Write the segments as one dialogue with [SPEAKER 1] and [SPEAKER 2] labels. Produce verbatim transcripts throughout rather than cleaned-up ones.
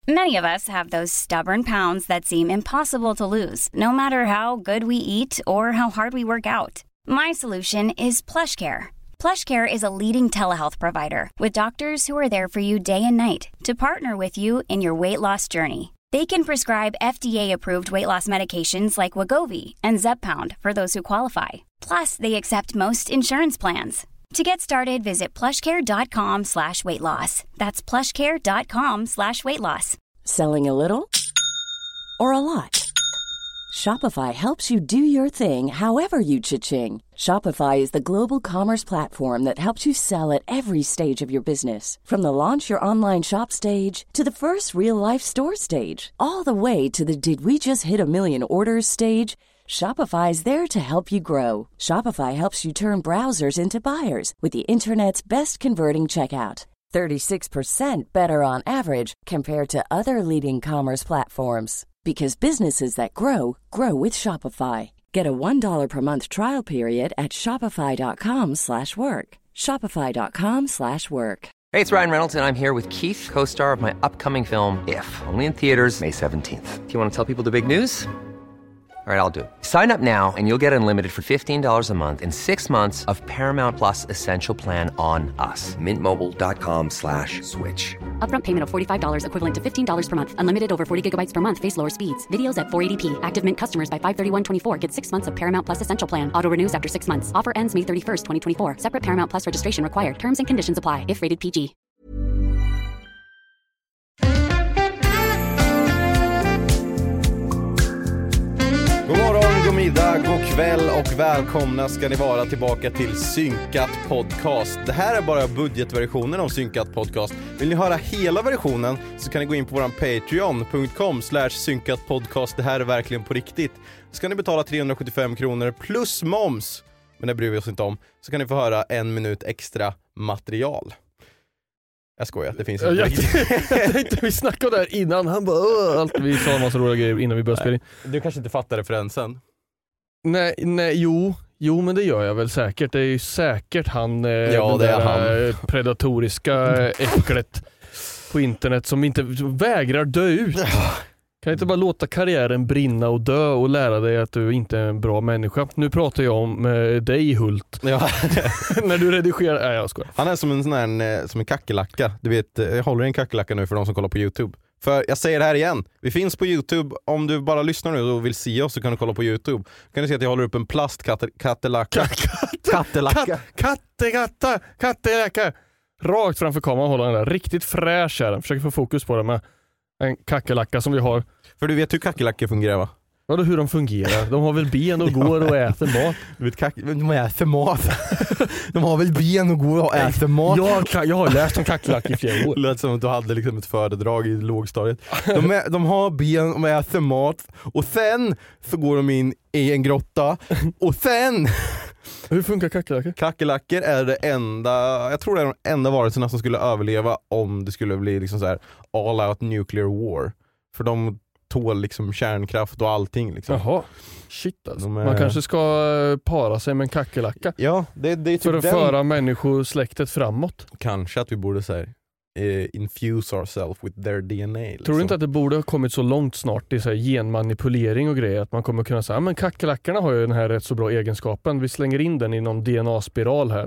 [SPEAKER 1] Many of us have those stubborn pounds that seem impossible to lose, no matter how good we eat or how hard we work out. My solution is PlushCare. PlushCare is a leading telehealth provider with doctors who are there for you day and night to partner with you in your weight loss journey. They can prescribe F D A-approved weight loss medications like Wegovy and Zepbound for those who qualify. Plus, they accept most insurance plans. To get started, visit plushcare.com slash weight loss. That's plushcare.com slash weight loss.
[SPEAKER 2] Selling a little or a lot? Shopify helps you do your thing however you cha-ching. Shopify is the global commerce platform that helps you sell at every stage of your business. From the launch your online shop stage to the first real-life store stage, all the way to the did we just hit a million orders stage. Shopify is there to help you grow. Shopify helps you turn browsers into buyers with the internet's best converting checkout. thirty-six percent better on average compared to other leading commerce platforms. Because businesses that grow, grow with Shopify. Get a one dollar per month trial period at shopify.com slash work. Shopify.com slash work.
[SPEAKER 3] Hey, it's Ryan Reynolds, and I'm here with Keith, co-star of my upcoming film, If, only in theaters May seventeenth. Do you want to tell people the big news? All right, I'll do it. Sign up now and you'll get unlimited for fifteen dollars a month and six months of Paramount Plus Essential Plan on us. Mint Mobile dot com slash switch.
[SPEAKER 4] Upfront payment of forty-five dollars equivalent to fifteen dollars per month. Unlimited over forty gigabytes per month. Face lower speeds. Videos at four eighty p. Active Mint customers by five thirty-one twenty-four get six months of Paramount Plus Essential Plan. Auto renews after six months. Offer ends May thirty-first, twenty twenty-four. Separate Paramount Plus registration required. Terms and conditions apply if rated P G.
[SPEAKER 5] God morgon, god middag, god kväll och välkomna ska ni vara tillbaka till Synkat Podcast. Det här är bara budgetversionen av Synkat Podcast. Vill ni höra hela versionen så kan ni gå in på våran patreon punkt com slash synkat podcast. Det här är verkligen på riktigt. Så kan ni betala trehundrasjuttiofem kronor plus moms, men det bryr vi oss inte om. Så kan ni få höra en minut extra material. Jag skojar, det finns inte.
[SPEAKER 6] Jag, jag tänkte vi snackade om det här innan. Han bara, allt vi sa en massa roliga grejer innan vi började spela in.
[SPEAKER 5] Du kanske inte fattar referensen?
[SPEAKER 6] Nej, nej, jo. Jo, men det gör jag väl säkert. Det är ju säkert han,
[SPEAKER 5] ja,
[SPEAKER 6] den
[SPEAKER 5] det är
[SPEAKER 6] där
[SPEAKER 5] han.
[SPEAKER 6] predatoriska äcklet på internet som inte vägrar dö ut. Kan inte bara låta karriären brinna och dö och lära dig att du inte är en bra människa. Nu pratar jag om eh, dig, Hult.
[SPEAKER 5] Ja.
[SPEAKER 6] När du redigerar... Nej, jag skojar.
[SPEAKER 5] Han är som en sån här, som en kackelacka. Du vet, jag håller en kackelacka nu för de som kollar på YouTube. För jag säger det här igen. Vi finns på YouTube. Om du bara lyssnar nu och vill se oss så kan du kolla på YouTube. Kan du se att jag håller upp en plastkattelacka. Kattelacka.
[SPEAKER 6] Kattekatta. Kattelacka. Rakt framför kameran håller den där. Riktigt fräsch här. Försöker få fokus på det med en kackelacka som vi har.
[SPEAKER 5] För du vet hur kackelackor fungerar, va?
[SPEAKER 6] Ja, hur de fungerar. De har väl ben och går och äter mat.
[SPEAKER 5] Du vet, kack... de äter mat. De har väl ben och går och äter mat.
[SPEAKER 6] Jag, jag har läst om kackerlackor i flera år.
[SPEAKER 5] Det lät som att du hade liksom ett föredrag i lågstadiet. De, är, de har ben och äter mat. Och sen så går de in i en grotta. Och sen...
[SPEAKER 6] Hur funkar kackerlackor?
[SPEAKER 5] Kackerlackor är det enda, jag tror det är de enda varelserna som skulle överleva om det skulle bli liksom så här all out nuclear war. För de tål liksom kärnkraft och allting liksom.
[SPEAKER 6] Jaha, shit alltså.
[SPEAKER 5] Är...
[SPEAKER 6] Man kanske ska para sig med en kackerlacka.
[SPEAKER 5] Ja, det, det är typ
[SPEAKER 6] för att
[SPEAKER 5] den...
[SPEAKER 6] föra människosläktet framåt.
[SPEAKER 5] Kanske att vi borde säga Uh, infuse ourselves with their D N A. Liksom.
[SPEAKER 6] Tror du inte att det borde ha kommit så långt snart i så här genmanipulering och grejer att man kommer kunna säga men kackerlackorna har ju den här rätt så bra egenskapen, vi slänger in den i någon D N A-spiral här.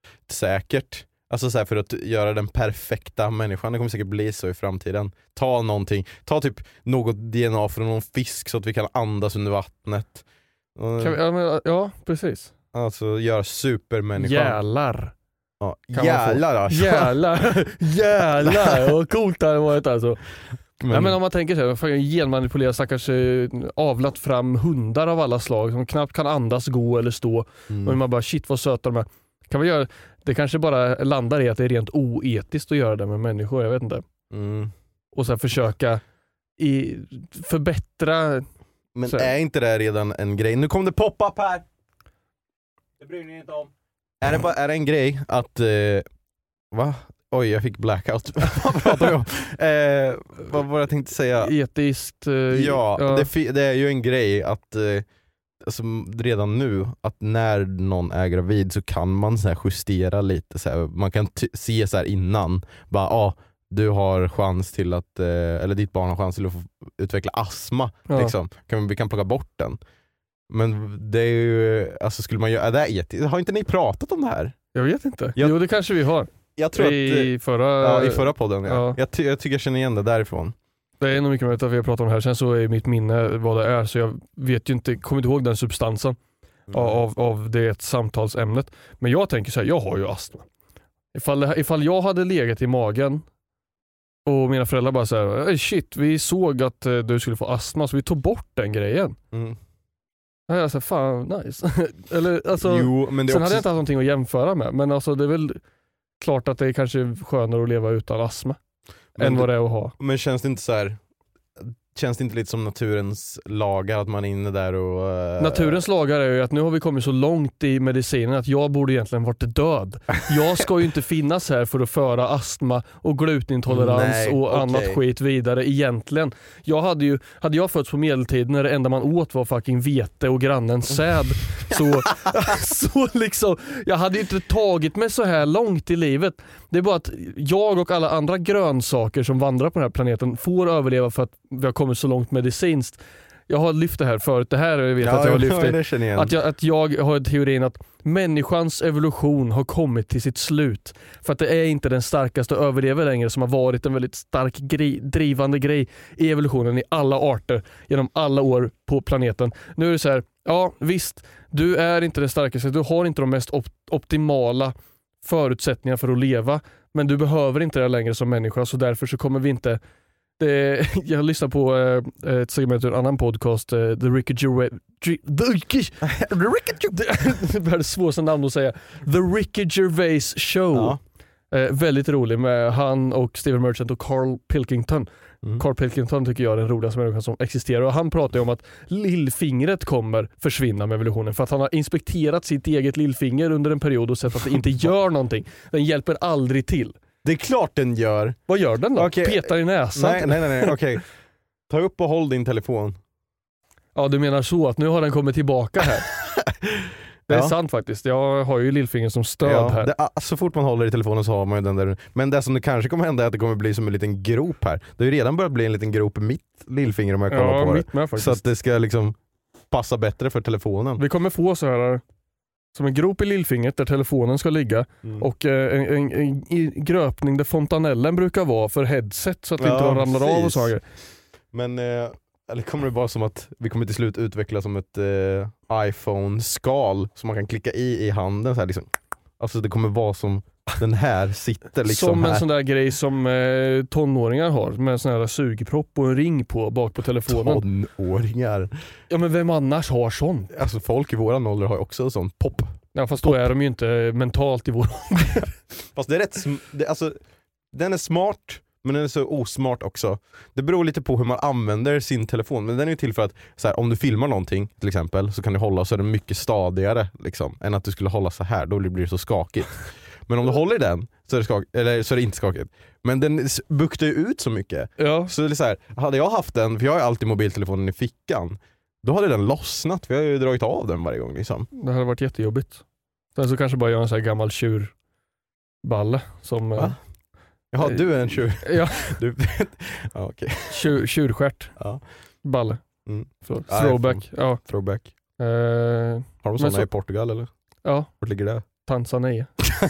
[SPEAKER 5] Säkert. Alltså så här, för att göra den perfekta människan. Det kommer säkert bli så i framtiden. Ta någonting, ta typ något D N A från någon fisk så att vi kan andas under vattnet.
[SPEAKER 6] Kan vi, ja, men, ja, precis.
[SPEAKER 5] Alltså göra supermänniskan.
[SPEAKER 6] Jälar.
[SPEAKER 5] Ja, jävlar alltså.
[SPEAKER 6] Jävlar, jävlar, vad coolt det har varit alltså. Men, ja, men om man tänker sig, för genmanipulera stackars avlat fram hundar av alla slag som knappt kan andas, gå eller stå. Mm. Och man bara, shit vad söta de är. Kan vi göra, det kanske bara landar i att det är rent oetiskt att göra det med människor, jag vet inte.
[SPEAKER 5] Mm.
[SPEAKER 6] Och sen försöka i, förbättra.
[SPEAKER 5] Men
[SPEAKER 6] så.
[SPEAKER 5] Är inte det redan en grej? Nu kom det pop-up här. Det bryr ni inte om. Är det, bara, är det en grej att... Eh, va? Oj, jag fick blackout. Vad pratar vi om? Eh, vad var jag tänkte säga?
[SPEAKER 6] Etiskt... Eh,
[SPEAKER 5] ja,
[SPEAKER 6] ja.
[SPEAKER 5] Det, det är ju en grej att... Eh, alltså, redan nu, att när någon är gravid så kan man så här justera lite. Så här, man kan t- se så här innan. Bara, ah, du har chans till att, eh, eller ditt barn har chans till att få utveckla astma.
[SPEAKER 6] Ja.
[SPEAKER 5] Liksom. Kan, vi kan plocka bort den. Men det är ju, alltså skulle man göra, är det etiskt? Har inte ni pratat om det här?
[SPEAKER 6] Jag vet inte.
[SPEAKER 5] Jag,
[SPEAKER 6] jo, det kanske vi har.
[SPEAKER 5] Jag tror
[SPEAKER 6] I,
[SPEAKER 5] att,
[SPEAKER 6] förra,
[SPEAKER 5] ja, i förra podden, ja.
[SPEAKER 6] ja.
[SPEAKER 5] Jag, ty- jag tycker jag känner igen det därifrån.
[SPEAKER 6] Det är nog mycket möjligt att vi har pratat om det här. Sen så är mitt minne vad det är, så jag vet ju inte, kommer inte ihåg den substansen mm. av, av det samtalsämnet. Men jag tänker så här, jag har ju astma. Ifall, ifall jag hade legat i magen och mina föräldrar bara så här, shit, vi såg att du skulle få astma så vi tog bort den grejen.
[SPEAKER 5] Mm.
[SPEAKER 6] Jag sa, fan nice. Eller, alltså,
[SPEAKER 5] jo, men det
[SPEAKER 6] sen
[SPEAKER 5] också...
[SPEAKER 6] hade jag inte haft någonting att jämföra med. Men alltså, det är väl klart att det är kanske skönare att leva utan astma
[SPEAKER 5] men
[SPEAKER 6] än vad det är att ha.
[SPEAKER 5] Men känns det inte så här, känns det inte lite som naturens lagar att man är inne där och... Uh...
[SPEAKER 6] Naturens lagar är ju att nu har vi kommit så långt i medicinen att jag borde egentligen varit död. Jag ska ju inte finnas här för att föra astma och glutenintolerans
[SPEAKER 5] Nej,
[SPEAKER 6] och
[SPEAKER 5] okay.
[SPEAKER 6] annat skit vidare egentligen. Jag hade ju, hade jag fötts på medeltiden när det enda man åt var fucking vete och grannens säd så, så liksom, jag hade ju inte tagit mig så här långt i livet. Det är bara att jag och alla andra grönsaker som vandrar på den här planeten får överleva för att vi har kommit så långt medicinskt. Jag har lyft det här förut. Det här jag vet
[SPEAKER 5] ja,
[SPEAKER 6] att jag har lyft
[SPEAKER 5] det.
[SPEAKER 6] det. Att jag, att jag har teorin att människans evolution har kommit till sitt slut. För att det är inte den starkaste överlever längre som har varit en väldigt stark grej, drivande grej i evolutionen i alla arter genom alla år på planeten. Nu är det så här, ja visst, du är inte den starkaste, du har inte de mest op- optimala förutsättningar för att leva, men du behöver inte det längre som människa, så därför så kommer vi inte det, jag lyssnar på eh, ett segment ur en annan podcast, eh, The Ricky Gervais The är det svåraste namn att säga. The Ricky Gervais Show.
[SPEAKER 5] Ja.
[SPEAKER 6] Eh, väldigt rolig med han och Steven Merchant och Carl Pilkington. Mm. Carl Pilkington tycker jag är den roligaste människan som existerar, och han pratar ju om att lillfingret kommer försvinna med evolutionen för att han har inspekterat sitt eget lillfinger under en period och sett att det inte gör någonting. Den hjälper aldrig till.
[SPEAKER 5] Det är klart den gör.
[SPEAKER 6] Vad gör den då?
[SPEAKER 5] Okay.
[SPEAKER 6] Petar i näsan?
[SPEAKER 5] Nej, nej, nej, nej. okej. Okay. Ta upp och håll din telefon.
[SPEAKER 6] Ja, du menar så att nu har den kommit tillbaka här. Det är
[SPEAKER 5] ja.
[SPEAKER 6] sant faktiskt. Jag har ju lillfingret som stöd
[SPEAKER 5] ja,
[SPEAKER 6] här.
[SPEAKER 5] Det, så fort man håller i telefonen så har man ju den där. Men det som det kanske kommer hända är att det kommer bli som en liten grop här. Det har ju redan börjat bli en liten grop i mitt lillfinger om jag kollar
[SPEAKER 6] ja,
[SPEAKER 5] på
[SPEAKER 6] mitt
[SPEAKER 5] det.
[SPEAKER 6] med, faktiskt.
[SPEAKER 5] Så att det ska liksom passa bättre för telefonen.
[SPEAKER 6] Vi kommer få så här som en grop i lillfingret där telefonen ska ligga mm. och eh, en, en, en, en gröpning där fontanellen brukar vara för headset så att ja, inte de ramlar precis. av och så.
[SPEAKER 5] Men eh, eller kommer det vara som att vi kommer till slut utveckla som ett eh, iPhone-skal som man kan klicka i i handen så här liksom. Alltså det kommer vara som den här sitter liksom
[SPEAKER 6] som
[SPEAKER 5] här.
[SPEAKER 6] En sån där grej som eh, tonåringar har med en sån här sugpropp och en ring på bak på telefonen.
[SPEAKER 5] Tonåringar? Ja,
[SPEAKER 6] men vem annars har sånt?
[SPEAKER 5] Alltså folk i våran ålder har ju också sån pop.
[SPEAKER 6] Ja, fast
[SPEAKER 5] pop.
[SPEAKER 6] Då är de ju inte mentalt i vår ålder.
[SPEAKER 5] Fast det är rätt sm- det, alltså, den är smart, men den är så osmart också. Det beror lite på hur man använder sin telefon. Men den är ju till för att så här, om du filmar någonting till exempel så kan du hålla så är det mycket stadigare liksom, än att du skulle hålla så här. Då blir det så skakigt. Men om du håller i den så är det, skak- eller, så är det inte skakigt. Men den buktar ju ut så mycket.
[SPEAKER 6] Ja.
[SPEAKER 5] Så det är så här, hade jag haft den, för jag har ju alltid mobiltelefonen i fickan, då hade den lossnat. För jag har ju dragit av den varje gång liksom.
[SPEAKER 6] Det hade varit jättejobbigt. Sen så kanske bara göra en sån här gammal tjurballe som...
[SPEAKER 5] Va? Jaha, du är en tjur.
[SPEAKER 6] Ja.
[SPEAKER 5] Du, ja, okay.
[SPEAKER 6] Tjur, tjurstjärt.
[SPEAKER 5] Ja.
[SPEAKER 6] Balle.
[SPEAKER 5] Mm.
[SPEAKER 6] Så, throwback. Ja.
[SPEAKER 5] Throwback.
[SPEAKER 6] Eh,
[SPEAKER 5] Har de sådana så... i Portugal eller?
[SPEAKER 6] Ja.
[SPEAKER 5] Vart ligger det?
[SPEAKER 6] Tanzania.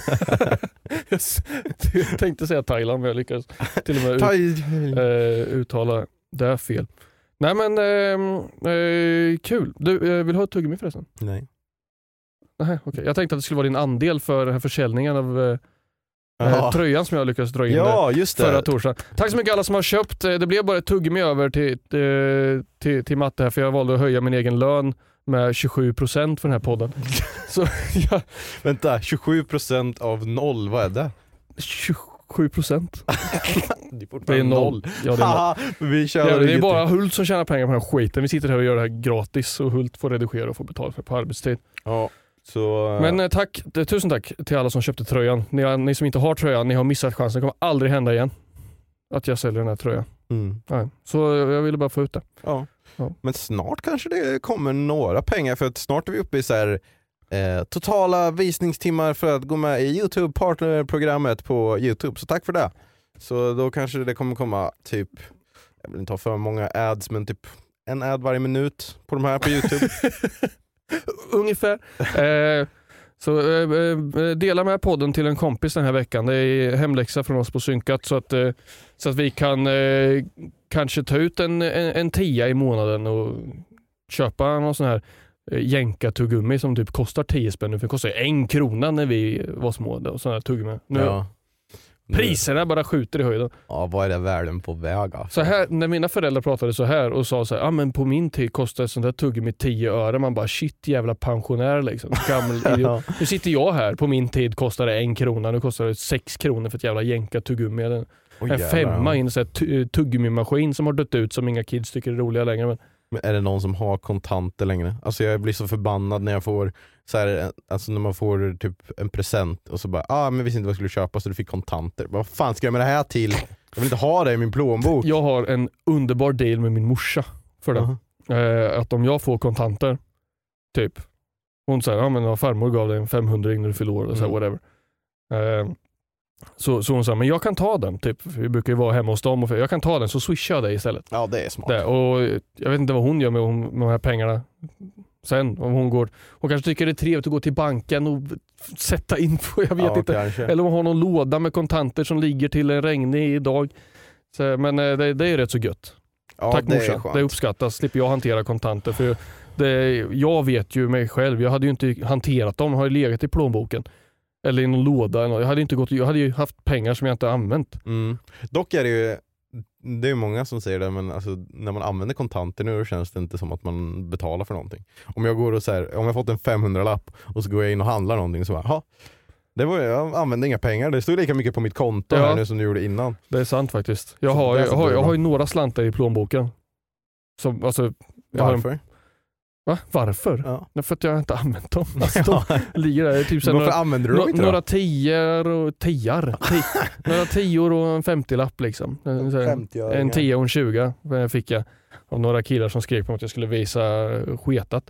[SPEAKER 6] Jag tänkte säga Thailand, men jag lyckades till och med ut, eh, uttala det fel. Nej men, eh, eh, kul. Du, eh, vill du ha ett tuggummi förresten?
[SPEAKER 5] Nej.
[SPEAKER 6] Nej, okay. Jag tänkte att det skulle vara din andel för den här försäljningen av eh, tröjan som jag lyckades dra in
[SPEAKER 5] ja, just det.
[SPEAKER 6] förra torsdagen. Tack så mycket alla som har köpt. Det blev bara ett tuggummi över till, till, till, till Matte här, för jag valde att höja min egen lön med tjugosju procent för den här podden. Så, ja.
[SPEAKER 5] Vänta, tjugosju procent av noll, vad är det?
[SPEAKER 6] tjugosju procent.
[SPEAKER 5] Det är,
[SPEAKER 6] det är noll. Ja, det är, noll.
[SPEAKER 5] Vi kör
[SPEAKER 6] ja, det är bara Hult som tjänar pengar på den här skiten. Vi sitter här och gör det här gratis och Hult får redigera och få betalt för på arbetstid.
[SPEAKER 5] Ja. Så,
[SPEAKER 6] men eh, tack, tusen tack till alla som köpte tröjan. Ni, ni som inte har tröjan, ni har missat chansen. Det kommer aldrig hända igen att jag säljer den här tröjan.
[SPEAKER 5] Mm.
[SPEAKER 6] Ja, så jag ville bara få ut det.
[SPEAKER 5] Ja. Ja. Men snart kanske det kommer några pengar, för att snart är vi uppe i så här, eh, totala visningstimmar för att gå med i YouTube partnerprogrammet på YouTube. Så tack för det. Så då kanske det kommer komma typ, jag vill inte ha för många ads, men typ en ad varje minut på de här på YouTube.
[SPEAKER 6] Ungefär. eh, så eh, dela med podden till en kompis den här veckan. Det är hemläxa från oss på Synkat, så att, eh, så att vi kan eh, kanske ta ut en, en, en tia i månaden och köpa någon sån här jänka tuggummi som typ kostar tio spänn nu, för det kostar en krona när vi var små och sådana här tuggummi. Nu,
[SPEAKER 5] Ja.
[SPEAKER 6] priserna bara skjuter i höjden.
[SPEAKER 5] Ja, vad är det världen på väg? Alltså?
[SPEAKER 6] Så här, när mina föräldrar pratade så här och sa så här, ah, men på min tid kostade sånt där tuggummi tio öre. Man bara, shit jävla pensionär liksom. Gammal idiot. Nu sitter jag här, på min tid kostade det en krona, nu kostar det sex kronor för ett jävla jänka tuggummi. En,
[SPEAKER 5] oh,
[SPEAKER 6] en femma i en sån här tuggummi-maskin som har dött ut, som inga kids tycker är roliga längre. Men
[SPEAKER 5] Men är det någon som har kontanter längre? Alltså jag blir så förbannad när jag får så här, alltså när man får typ en present och så bara, ah men visste inte vad jag skulle köpa så du fick kontanter. Vad fan ska jag med det här till? Jag vill inte ha det i min plånbok.
[SPEAKER 6] Jag har en underbar deal med min morsa för det. Uh-huh. Eh, att om jag får kontanter, typ, hon säger, ja men farmor gav dig en femhundring när du fyllde år, och så här, whatever. Eh, Så, så hon sa, men jag kan ta den typ, vi brukar ju vara hemma hos dem och jag kan ta den, så swishar jag dig istället.
[SPEAKER 5] Ja, det är smart.
[SPEAKER 6] Det, och jag vet inte vad hon gör med, med de här pengarna sen, om hon går, hon kanske tycker det är trevligt att gå till banken och sätta info, jag vet
[SPEAKER 5] ja,
[SPEAKER 6] inte.
[SPEAKER 5] Kanske.
[SPEAKER 6] Eller om hon har någon låda med kontanter som ligger till en regnig dag. Så, men det, det är rätt så gött.
[SPEAKER 5] Ja,
[SPEAKER 6] tack
[SPEAKER 5] det
[SPEAKER 6] morsan, det uppskattas, slipper jag hantera kontanter, för det, jag vet ju mig själv, jag hade ju inte hanterat dem, har ju legat i plånboken eller i någon låda. Jag hade, inte gått, jag hade ju haft pengar som jag inte använt.
[SPEAKER 5] Mm. Dock är det ju, det är ju många som säger det, men alltså, när man använder kontanter nu känns det inte som att man betalar för någonting. Om jag går och så här, om jag fått en femhundra-lapp och så går jag in och handlar någonting så bara, ha, det var, jag använde inga pengar. Det stod lika mycket på mitt konto ja. här nu som du gjorde innan.
[SPEAKER 6] Det är sant faktiskt. Jag har, jag har, jag har ju några slantar i plånboken. Som, alltså,
[SPEAKER 5] Varför?
[SPEAKER 6] Har, va? Varför?
[SPEAKER 5] Ja.
[SPEAKER 6] Det är för att jag inte använt dem. Alltså, de ligger där, typ
[SPEAKER 5] Varför
[SPEAKER 6] några,
[SPEAKER 5] använder du dem inte då?
[SPEAKER 6] Några tior och tior. Ti, några tior och en femtiolapp liksom. En tia och en tjuga fick jag av några killar som skrek på att jag skulle visa sketat.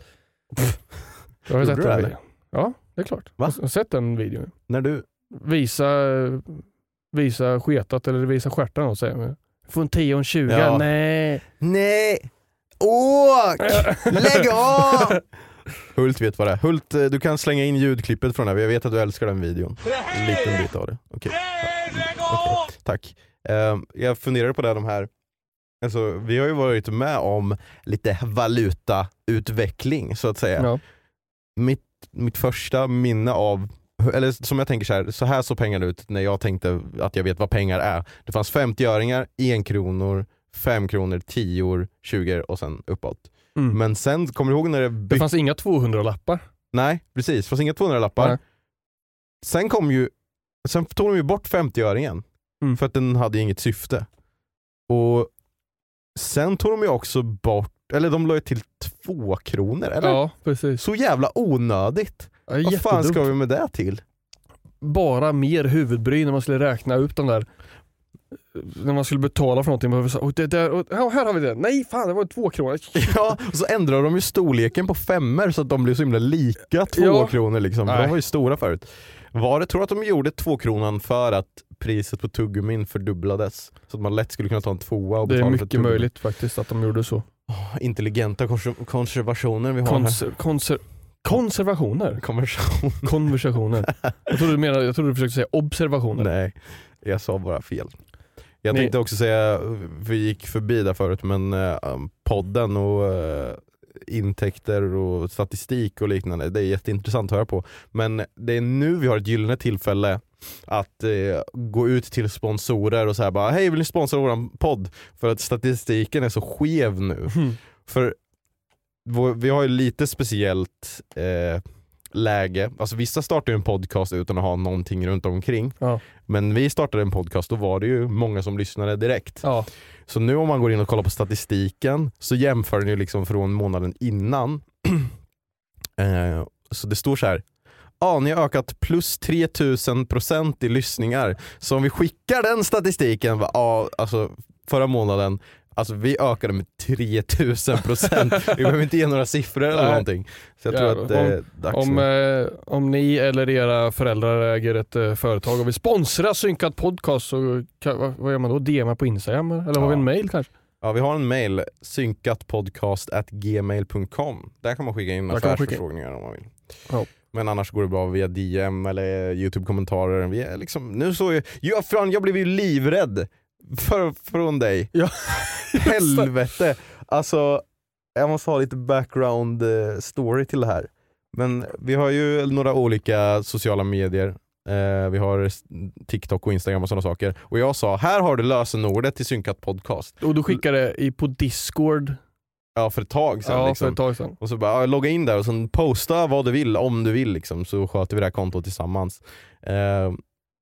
[SPEAKER 6] Jag har sett den videon. Ja, det är klart. Va? Jag har sett den videon.
[SPEAKER 5] När du
[SPEAKER 6] visa visa sketat eller visa stjärtan och säga, får en tia och en tjuga. Ja. Nej.
[SPEAKER 5] Nej. Åk! Lägg av! Hult vet vad det är. Hult, du kan slänga in ljudklippet från det. Jag vet att du älskar den videon. En liten bit av det. Okej. Okay. Okay. Tack. Um, jag funderar på det, de här. Alltså, vi har ju varit med om lite valutautveckling så att säga. Ja. Mitt, mitt första minne av, eller som jag tänker så här, så här så pengarna ut när jag tänkte att jag vet vad pengar är. Det fanns femtioöringar, en kronor, fem kronor, tio, tjugo och sen uppåt. Mm. Men sen, kommer du ihåg när det byt...
[SPEAKER 6] Det fanns inga tvåhundra-lappar.
[SPEAKER 5] Nej, precis. Det fanns inga tvåhundra-lappar. Nej. Sen kom ju, sen tog de ju bort femtioöringen. Mm. För att den hade inget syfte. Och sen tog de ju också bort, eller de la ju till två kronor, eller?
[SPEAKER 6] Ja, precis.
[SPEAKER 5] Så jävla onödigt. Ja, vad fan ska vi med det till?
[SPEAKER 6] Bara mer huvudbry när man skulle räkna ut de där, när man skulle betala för någonting. Och det där, och här har vi det. Nej fan, det var två kronor.
[SPEAKER 5] Ja, och så ändrade de ju storleken på femmer så att de blev så himla lika två ja. kronor liksom. De var ju stora förut. Var det, tror du att de gjorde två kronan för att priset på tuggummin fördubblades? Så att man lätt skulle kunna ta en tvåa och betala.
[SPEAKER 6] Det är mycket möjligt faktiskt att de gjorde så.
[SPEAKER 5] Oh, intelligenta konser- konservationer vi har
[SPEAKER 6] Konser-
[SPEAKER 5] här.
[SPEAKER 6] Konser- konservationer?
[SPEAKER 5] Konversation.
[SPEAKER 6] Konversationer. Jag trodde du menade, jag trodde du försökte säga observationer.
[SPEAKER 5] Nej, jag sa bara fel. Jag
[SPEAKER 6] Nej.
[SPEAKER 5] tänkte också säga, vi gick förbi där förut, men uh, podden och uh, intäkter och statistik och liknande, det är jätteintressant att höra på. Men det är nu vi har ett gyllene tillfälle att uh, gå ut till sponsorer och säga bara, hej, vill ni sponsra våran podd? För att statistiken är så skev nu. Mm. För vår, vi har ju lite speciellt uh, läge. Alltså vissa startar ju en podcast utan att ha någonting runt omkring. Ja. Men vi startade en podcast, då var det ju många som lyssnade direkt. Ja. Så nu om man går in och kollar på statistiken så jämför den ju liksom från månaden innan. eh, så det står så här: ja, ni har ökat plus tre tusen procent i lyssningar. Så om vi skickar den statistiken, ja, alltså förra månaden Alltså vi ökade med tre tusen procent. Vi behöver inte ge några siffror eller någonting. Så jag
[SPEAKER 6] ja,
[SPEAKER 5] tror att det är
[SPEAKER 6] om,
[SPEAKER 5] dags
[SPEAKER 6] om, eh, om ni eller era föräldrar äger ett eh, företag och vill sponsra Synkat podcast så kan, vad, vad gör man då? D M på Instagram? Eller har
[SPEAKER 5] ja.
[SPEAKER 6] vi en mail kanske?
[SPEAKER 5] Ja, vi har en mail, synkatpodcast at gmail punkt com. Där kan man skicka in affärsförfrågningar om man vill.
[SPEAKER 6] Ja.
[SPEAKER 5] Men annars går det bra via D M eller YouTube-kommentarer. Vi är liksom, nu så är, ja, fan, jag blev ju livrädd för, från dig.
[SPEAKER 6] Ja.
[SPEAKER 5] Helvete. Alltså, jag måste ha lite background story till det här. Men vi har ju några olika sociala medier. Eh, vi har TikTok och Instagram och sådana saker. Och jag sa, här har du lösenordet till Synkat podcast.
[SPEAKER 6] Och du skickade i på Discord.
[SPEAKER 5] Ja, för ett tag sedan.
[SPEAKER 6] Ja,
[SPEAKER 5] liksom.
[SPEAKER 6] för ett tag sedan.
[SPEAKER 5] Och så bara, ja, logga in där och sen posta vad du vill, om du vill liksom, så sköter vi det här kontot tillsammans. Eh,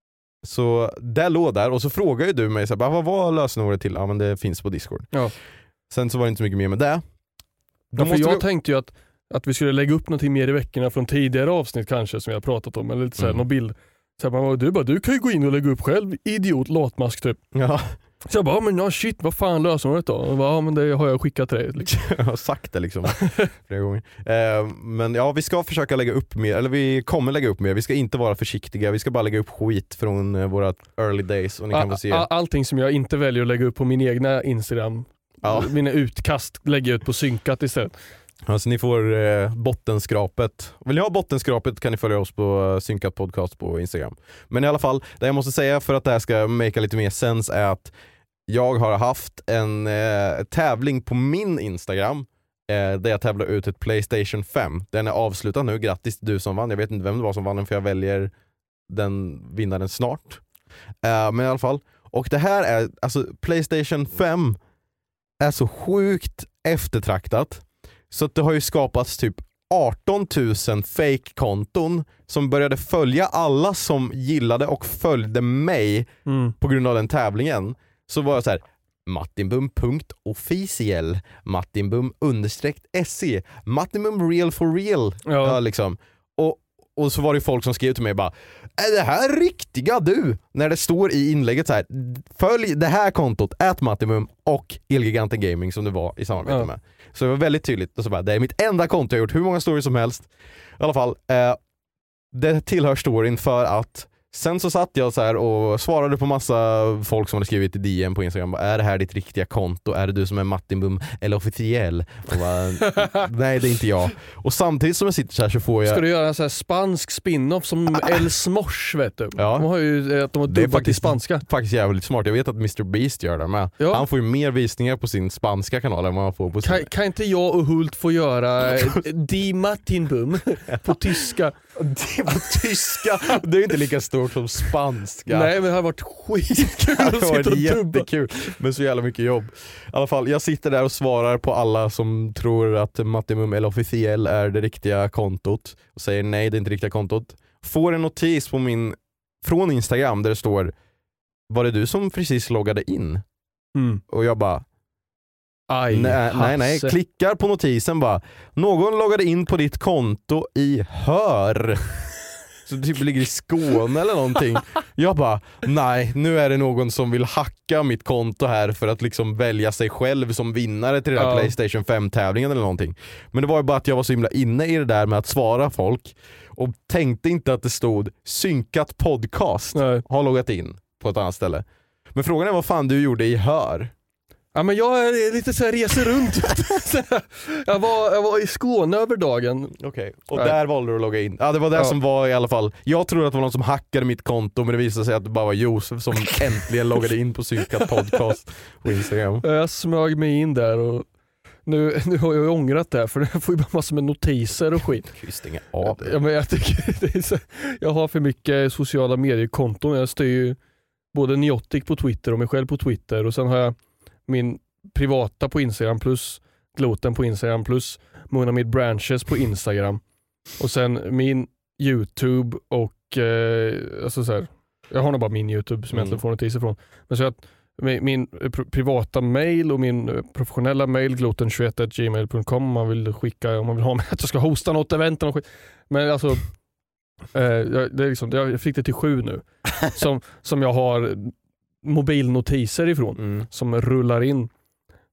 [SPEAKER 5] så där låg där, och så frågade ju du mig så här, vad var lösenordet till? Ja, men det finns på Discord.
[SPEAKER 6] Ja.
[SPEAKER 5] Sen så var det inte så mycket mer med det.
[SPEAKER 6] Ja, för jag
[SPEAKER 5] vi...
[SPEAKER 6] tänkte ju att, att vi skulle lägga upp någonting mer i veckorna från tidigare avsnitt kanske, som jag har pratat om, eller lite såhär, mm. någon bild. Så här, man bara, du bara, du kan ju gå in och lägga upp själv, idiot, latmask typ.
[SPEAKER 5] Ja.
[SPEAKER 6] Så jag bara, men ja, shit, vad fan lösenordet då? Och bara, ja, men det har jag skickat till dig. Liksom.
[SPEAKER 5] Jag har sagt det liksom flera gånger. Eh, men ja, vi ska försöka lägga upp mer, eller vi kommer lägga upp mer. Vi ska inte vara försiktiga, vi ska bara lägga upp skit från eh, våra early days. Och ni kan
[SPEAKER 6] a-
[SPEAKER 5] få se.
[SPEAKER 6] a- allting som jag inte väljer att lägga upp på min egna Instagram, ja. Mina utkast lägger jag ut på Synkat istället.
[SPEAKER 5] Alltså ni får eh, bottenskrapet. Vill ni ha bottenskrapet kan ni följa oss på uh, Synkat podcast på Instagram. Men i alla fall, det jag måste säga för att det här ska make lite mer sens är att jag har haft en eh, tävling på min Instagram eh, där jag tävlar ut ett PlayStation fem. Den är avslutad nu, grattis du som vann. Jag vet inte vem det var som vann den, för jag väljer den vinnaren snart. Eh, men i alla fall. Och det här är, alltså PlayStation fem är så sjukt eftertraktat. Så att det har ju skapats typ arton tusen fake-konton som började följa alla som gillade och följde mig mm. på grund av den tävlingen. Så var jag så här, Martinbum punkt officiell, Martinbum understreckt se, Martinbum real for real. Ja. Ja, liksom. Och, och så var det folk som skrev till mig bara, är det här riktiga du? När det står i inlägget så här, följ det här kontot, ät Martinbum och Elgiganten Gaming som det var i samarbete ja. med. Så det var väldigt tydligt. Och så bara, det är mitt enda konto, jag har gjort hur många stories som helst. I alla fall, eh, det tillhör storyn för att sen så satt jag så här och svarade på massa folk som hade skrivit i D M på Instagram. Är det här ditt riktiga konto? Är det du som är Martinbum eller officiell? Och bara, nej, det är inte jag. Och samtidigt som jag sitter så här så får jag...
[SPEAKER 6] Ska du göra en så här spansk spin-off som El Smosh, vet du? Ja. De har ju att de har dubbat till spanska.
[SPEAKER 5] Faktiskt jävligt smart. Jag vet att mister Beast gör det med. Ja. Han får ju mer visningar på sin spanska kanal än vad han får på sin...
[SPEAKER 6] Kan, kan inte jag och Hult få göra Di Martinbum på tyska?
[SPEAKER 5] Det på tyska, det är inte lika stort som spanska.
[SPEAKER 6] Nej, men det har varit skitkul
[SPEAKER 5] att sitta och dubba. Jättekul, men så jävla mycket jobb. I alla fall, jag sitter där och svarar på alla som tror att Martinbum eller officiell är det riktiga kontot och säger nej, det är inte riktiga kontot. Får en notis på min från Instagram där det står, var det du som precis loggade in? Mm. Och jag bara Aj, nej, nej, nej, klickar på notisen bara, någon loggade in på ditt konto i Hör. Så det typ ligger i Skåne eller någonting. Jag bara, nej, nu är det någon som vill hacka mitt konto här för att liksom välja sig själv som vinnare till den här ja. PlayStation fem-tävlingen eller någonting. Men det var ju bara att jag var så himla inne i det där med att svara folk och tänkte inte att det stod Synkat podcast nej. Har loggat in på ett annat ställe. Men frågan är vad fan du gjorde i Hör.
[SPEAKER 6] Ja, men jag är lite så här reser runt. jag, var, jag var i Skåne över dagen.
[SPEAKER 5] Okej, okay. Och Nej. där valde du att logga in. Ja, det var det ja. som var i alla fall. Jag trodde att det var någon som hackade mitt konto, men det visade sig att det bara var Josef som äntligen loggade in på Synkat podcast på Instagram.
[SPEAKER 6] Jag smög mig in där och nu, nu har jag ångrat det här, för jag får ju bara massor med notiser och skit.
[SPEAKER 5] Ja,
[SPEAKER 6] men jag, tycker det är så, jag har för mycket sociala mediekonton. Jag styr ju både Niotic på Twitter och mig själv på Twitter, och sen har jag min privata på Instagram plus Gloten på Instagram plus Mona Mid Branches på Instagram och sen min YouTube och eh, alltså så här, jag har nog bara min YouTube som mm. jag inte får notiser från, men så att min, min pr- privata mail och min professionella mail gloten tjugoett at gmail punkt com om man vill skicka, om man vill ha med att jag ska hosta något event och skit. Men alltså eh, jag, det är liksom, jag fick det till sju nu som, som jag har mobilnotiser ifrån mm. som rullar in.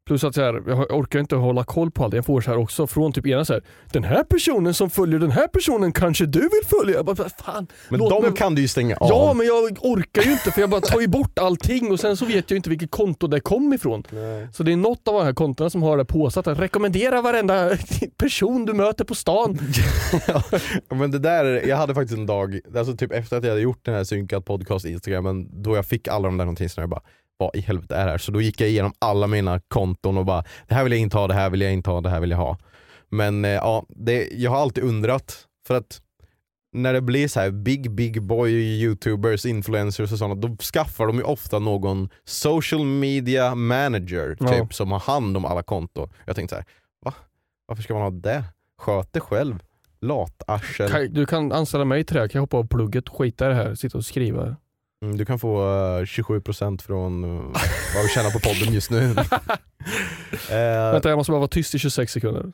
[SPEAKER 6] Plus att så här, jag orkar inte hålla koll på allt. Jag får så här också från typ ena så här, den här personen som följer den här personen kanske du vill följa. Jag bara, fan,
[SPEAKER 5] men de
[SPEAKER 6] mig...
[SPEAKER 5] kan du ju stänga av.
[SPEAKER 6] Ja, men jag orkar ju inte för jag bara tar ju bort allting och sen så vet jag inte vilket konto det kom ifrån. Nej. Så det är något av de här kontona som har det påsatt att rekommendera varenda person du möter på stan.
[SPEAKER 5] Ja, men det där, jag hade faktiskt en dag, alltså typ efter att jag hade gjort den här synkat podcast Instagramen, då jag fick alla de där någonting som jag bara, vad i helvete är det här? Så då gick jag igenom alla mina konton och bara, det här vill jag inte ha, det här vill jag inte ha, det här vill jag ha. Men eh, ja, det, jag har alltid undrat, för att när det blir så här big big boy youtubers, influencers och sånt, då skaffar de ju ofta någon social media manager typ, ja. Som har hand om alla konton. Jag tänkte så här, va? Varför ska man ha det? Sköt det själv. Latarsel.
[SPEAKER 6] Du kan anställa mig till det här, kan jag hoppa av plugget och skita i det här, sitta och skriva.
[SPEAKER 5] Mm, du kan få uh, tjugosju procent från uh, vad vi tjänar på podden just nu. uh,
[SPEAKER 6] Vänta, jag måste bara vara tyst i tjugosex sekunder.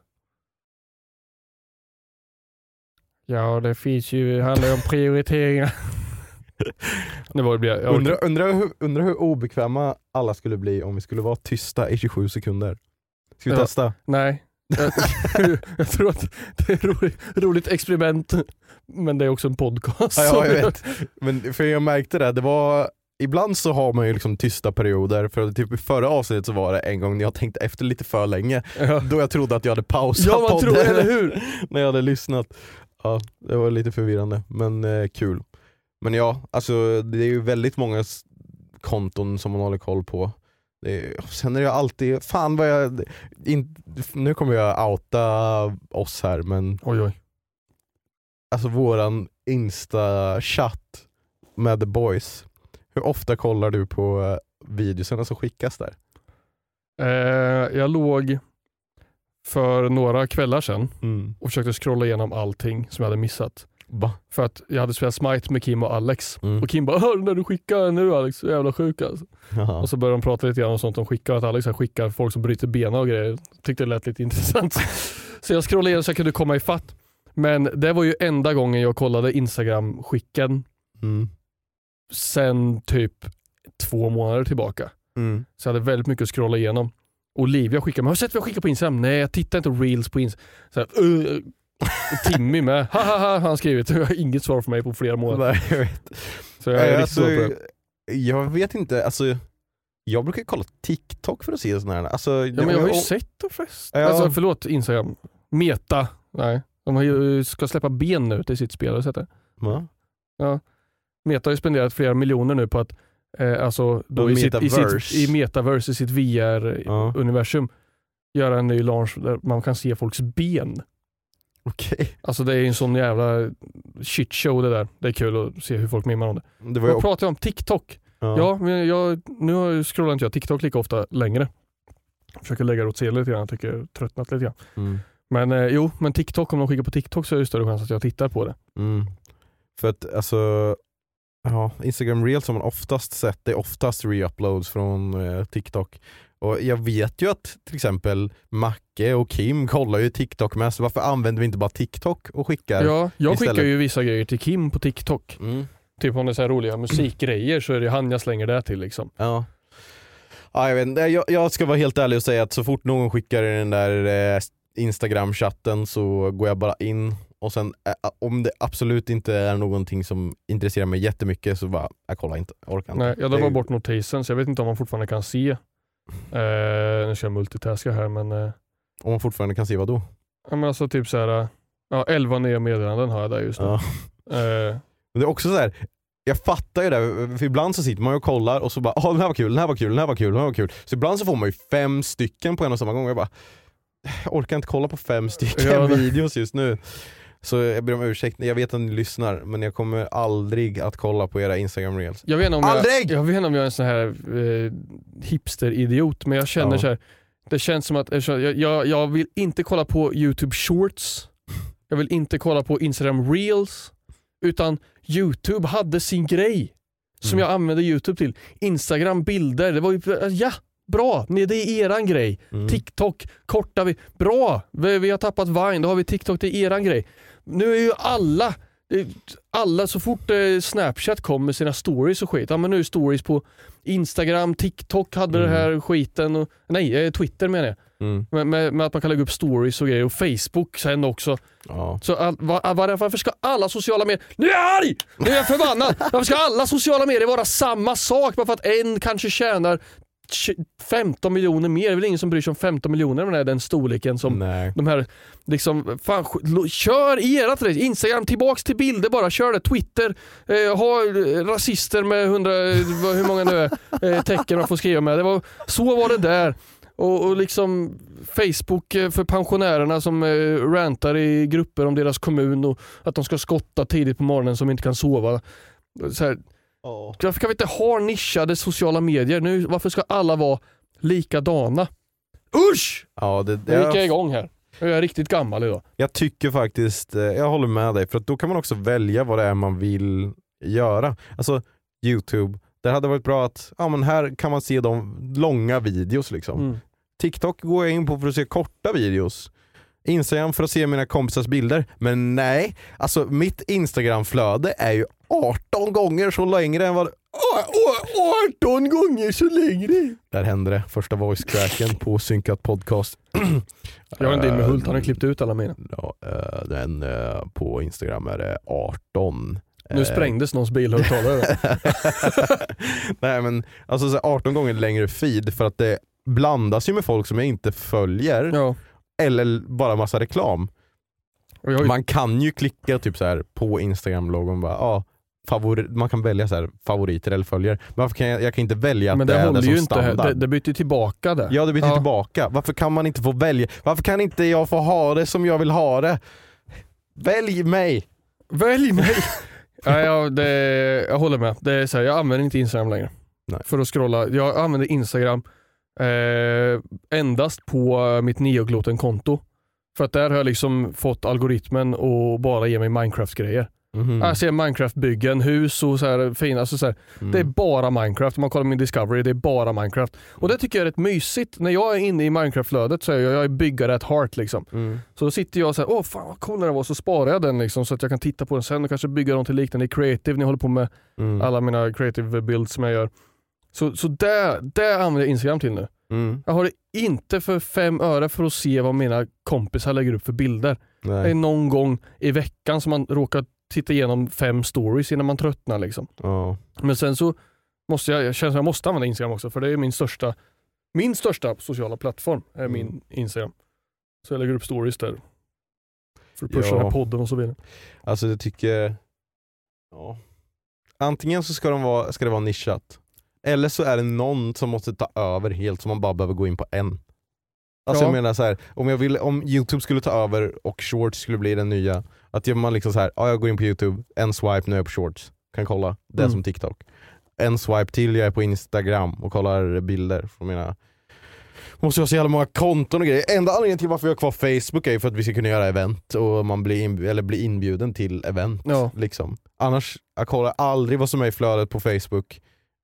[SPEAKER 6] Ja, det finns ju, handlar om prioriteringar. Det var det blir, jag
[SPEAKER 5] undrar, undrar, hur, undrar hur obekväma alla skulle bli om vi skulle vara tysta i tjugosju sekunder. Ska vi ja, testa?
[SPEAKER 6] Nej. jag, jag tror att det är ett roligt, roligt experiment, men det är också en podcast.
[SPEAKER 5] Ja, jag vet. Men för jag märkte det, det var ibland så har man ju liksom tysta perioder. För typ i förra avsnittet så var det en gång när jag tänkte efter lite för länge, ja. Då jag trodde att jag hade pausat
[SPEAKER 6] ja, man tror, eller hur?
[SPEAKER 5] När jag hade lyssnat. Ja, det var lite förvirrande, men eh, kul. Men ja, alltså det är ju väldigt många konton som man håller koll på. Det är, sen är det alltid, fan vad jag in, nu kommer jag outa oss här, men
[SPEAKER 6] oj, oj.
[SPEAKER 5] Alltså våran Insta-chatt med the boys, hur ofta kollar du på uh, videorna som skickas där?
[SPEAKER 6] Eh, jag låg för några kvällar sedan
[SPEAKER 5] mm. och
[SPEAKER 6] försökte scrolla igenom allting som jag hade missat.
[SPEAKER 5] Va?
[SPEAKER 6] För att jag hade spelat Smite med Kim och Alex.
[SPEAKER 5] Mm.
[SPEAKER 6] Och Kim bara, hör när du skickar nu Alex, så jävla sjuk alltså. Och så började de prata lite grann om sånt de skickar. Att Alex skickar folk som bryter benen och grejer. Tyckte det lät lite intressant. Så jag scrollade igenom så jag kunde komma i fatt. Men det var ju enda gången jag kollade Instagram-skicken.
[SPEAKER 5] Mm. Sen
[SPEAKER 6] typ två månader tillbaka.
[SPEAKER 5] Mm.
[SPEAKER 6] Så jag hade väldigt mycket att scrolla igenom. Olivia skickade, men har du sett vad jag skickar på Instagram? Nej, jag tittar inte reels på Instagram. Så här, uh, Timmy med, haha, han skrivit. Jag har inget svar för mig på flera månader.
[SPEAKER 5] Nej, jag vet.
[SPEAKER 6] Så jag är
[SPEAKER 5] alltså,
[SPEAKER 6] riktigt på det.
[SPEAKER 5] Jag vet inte, alltså jag brukar kolla TikTok för att se sådana här. Alltså,
[SPEAKER 6] ja, men jag har ju
[SPEAKER 5] och,
[SPEAKER 6] sett det först.
[SPEAKER 5] Ja.
[SPEAKER 6] Alltså, förlåt, Instagram. Meta, nej. De har ju, ska släppa ben nu till sitt spel. Sett det?
[SPEAKER 5] Ja.
[SPEAKER 6] Ja. Meta har ju spenderat flera miljoner nu på att eh, alltså, då i, sitt, i, sitt, i Metaverse, i sitt V R-universum ja. Göra en ny launch där man kan se folks ben.
[SPEAKER 5] Okej. Okay.
[SPEAKER 6] Alltså det är en sån jävla shit show det där. Det är kul att se hur folk mimmar om det.
[SPEAKER 5] det var
[SPEAKER 6] jag pratar om TikTok. Ja, ja men jag, nu scrollar inte jag TikTok lika ofta längre. Jag försöker lägga det åt sidan lite grann. Jag tycker jag tröttnat lite grann.
[SPEAKER 5] Mm.
[SPEAKER 6] Men eh, jo, men TikTok, om de skickar på TikTok så är det större chans att jag tittar på det.
[SPEAKER 5] Mm. För att alltså ja, Instagram Reels som man oftast sett, det är oftast re-uploads från eh, TikTok. Och jag vet ju att till exempel Macke och Kim kollar ju TikTok mest. Varför använder vi inte bara TikTok och skickar?
[SPEAKER 6] Ja, jag
[SPEAKER 5] istället?
[SPEAKER 6] skickar ju vissa grejer till Kim på TikTok.
[SPEAKER 5] Mm.
[SPEAKER 6] Typ om det är så här roliga musikgrejer så är det han jag slänger det till liksom.
[SPEAKER 5] Ja. Ja, jag, vet inte. Jag, jag ska vara helt ärlig och säga att så fort någon skickar i den där eh, Instagram-chatten så går jag bara in. Och sen eh, om det absolut inte är någonting som intresserar mig jättemycket så bara, jag kollar inte, jag orkar inte.
[SPEAKER 6] Nej, jag drar bara bort notisen så jag vet inte om man fortfarande kan se. Eh, nu ska jag multitaska här men... Eh,
[SPEAKER 5] om man fortfarande kan se vad då?
[SPEAKER 6] Ja men alltså typ så här, ja, elva nya meddelanden har jag där just nu.
[SPEAKER 5] Ja.
[SPEAKER 6] Eh,
[SPEAKER 5] men det är också så här, jag fattar ju det, för ibland så sitter man och kollar och så bara, åh den här var kul, den här var kul, den här var kul, den här var kul. Så ibland så får man ju fem stycken på en och samma gång och jag bara, jag orkar inte kolla på fem stycken ja, videos just nu. Så jag ber om ursäkt, jag vet att ni lyssnar men jag kommer aldrig att kolla på era Instagram Reels.
[SPEAKER 6] Jag vet inte om
[SPEAKER 5] aldrig!
[SPEAKER 6] Jag, jag vet inte om jag är en sån här eh, hipster-idiot men jag känner ja. så här, det känns som att jag, jag, jag vill inte kolla på YouTube Shorts, jag vill inte kolla på Instagram Reels, utan YouTube hade sin grej som mm. jag använde YouTube till. Instagram bilder, det var ju, ja, bra, nej, det är eran grej. Mm. TikTok, korta vi, bra, vi, vi har tappat Vine, då har vi TikTok, det är eran grej. Nu är ju alla, alla så fort eh, Snapchat kom med sina stories och skit. Ja, men nu är stories på Instagram, TikTok hade mm. det här skiten. Och, nej, eh, Twitter menar jag. Mm. Med, med, med att man kan lägga upp stories och grejer. Och Facebook sen också. Ja. Så all, var, var, varför ska alla sociala medier... Nu är jag arg! Nu är jag förbannad! Varför ska alla sociala medier vara samma sak? Bara för att en kanske tjänar femton miljoner mer. Det är väl ingen som bryr sig om femton miljoner, men det är den storleken som Nej. de här liksom, fan, kör i era tre. Instagram, tillbaks till bilder bara, kör det. Twitter, eh, ha rasister med hundra, hur många nu är, eh, tecken man får skriva med. Det var, så var det där. Och, och liksom Facebook för pensionärerna som eh, rantar i grupper om deras kommun och att de ska skotta tidigt på morgonen som inte kan sova. Så här, oh. Varför kan vi inte ha nischade sociala medier nu? Varför ska alla vara likadana? Usch!
[SPEAKER 5] Ja, det, det
[SPEAKER 6] jag gick jag igång här. Jag är riktigt gammal idag.
[SPEAKER 5] Jag tycker faktiskt, jag håller med dig, för att då kan man också välja vad det är man vill göra. Alltså YouTube, det hade varit bra att ja, men här kan man se de långa videos liksom. Mm. TikTok går jag in på för att se korta videos. Instagram för att se mina kompisars bilder. Men nej, alltså mitt Instagram-flöde är ju arton gånger så längre än vad... arton gånger så längre! Där hände det. Första voice-cracken på Synkat podcast.
[SPEAKER 6] Jag har en del med Hult, han har klippt ut alla mina.
[SPEAKER 5] Ja, den på Instagram är det arton.
[SPEAKER 6] Nu sprängdes någons bilhögtalare.
[SPEAKER 5] Nej men, alltså så arton gånger längre feed för att det blandas ju med folk som jag inte följer. Ja. Eller bara massa reklam. Oj. Man kan ju klicka typ så här på Instagram-logon bara, ja, favori- man kan välja så här favoriter eller följer. Men varför kan jag, jag kan inte välja att
[SPEAKER 6] men det,
[SPEAKER 5] det är det som
[SPEAKER 6] ju
[SPEAKER 5] standard.
[SPEAKER 6] Inte, det, det byter tillbaka det.
[SPEAKER 5] Ja, det byter ja. tillbaka. Varför kan man inte få välja? Varför kan inte jag få ha det som jag vill ha det? Välj mig!
[SPEAKER 6] Välj mig! Ja, ja, det, jag håller med. Det är så här, jag använder inte Instagram längre. Nej. För att scrolla. Jag använder Instagram eh, endast på mitt Neogloten-konto. För att där har jag liksom fått algoritmen och bara ge mig Minecraft-grejer. Mm-hmm. Jag ser Minecraft-byggen, hus och så här fina. Alltså så här, mm. Det är bara Minecraft. Om man kollar min Discovery, det är bara Minecraft. Och det tycker jag är rätt mysigt. När jag är inne i Minecraft-flödet så är jag, jag är byggare at heart liksom. Mm. Så då sitter jag och säger, åh fan vad cool den var, så sparar jag den liksom så att jag kan titta på den sen och kanske bygga något liknande i creative när jag håller på med mm. alla mina creative builds som jag gör. Så, så där, där använder jag Instagram till nu. Mm. Jag har det inte för fem öre för att se vad mina kompisar lägger upp för bilder. Nej. Det är någon gång i veckan som man råkar titta igenom fem stories innan man tröttnar liksom. Oh. Men sen så måste jag, jag känner att jag måste använda Instagram också, för det är min största min största sociala plattform är mm. min Instagram. Så jag lägger upp stories där för att pusha ja. den här podden och så vidare.
[SPEAKER 5] Alltså jag tycker ja. Antingen så ska, de vara, ska det vara nischat, eller så är det någon som måste ta över helt, som man bara behöver gå in på en. Alltså ja. jag menar så här, om jag vill, om YouTube skulle ta över och Shorts skulle bli den nya, att man liksom så här, ja jag går in på YouTube, en swipe, nu är jag på Shorts, kan kolla, det är mm. som TikTok. En swipe till, jag är på Instagram och kollar bilder från mina, måste jag ha så jävla många konton och grejer. Enda anledningen till varför jag har kvar Facebook är för att vi ska kunna göra event och man blir inb- eller blir inbjuden till event ja. liksom. Annars, jag kollar aldrig vad som är i flödet på Facebook.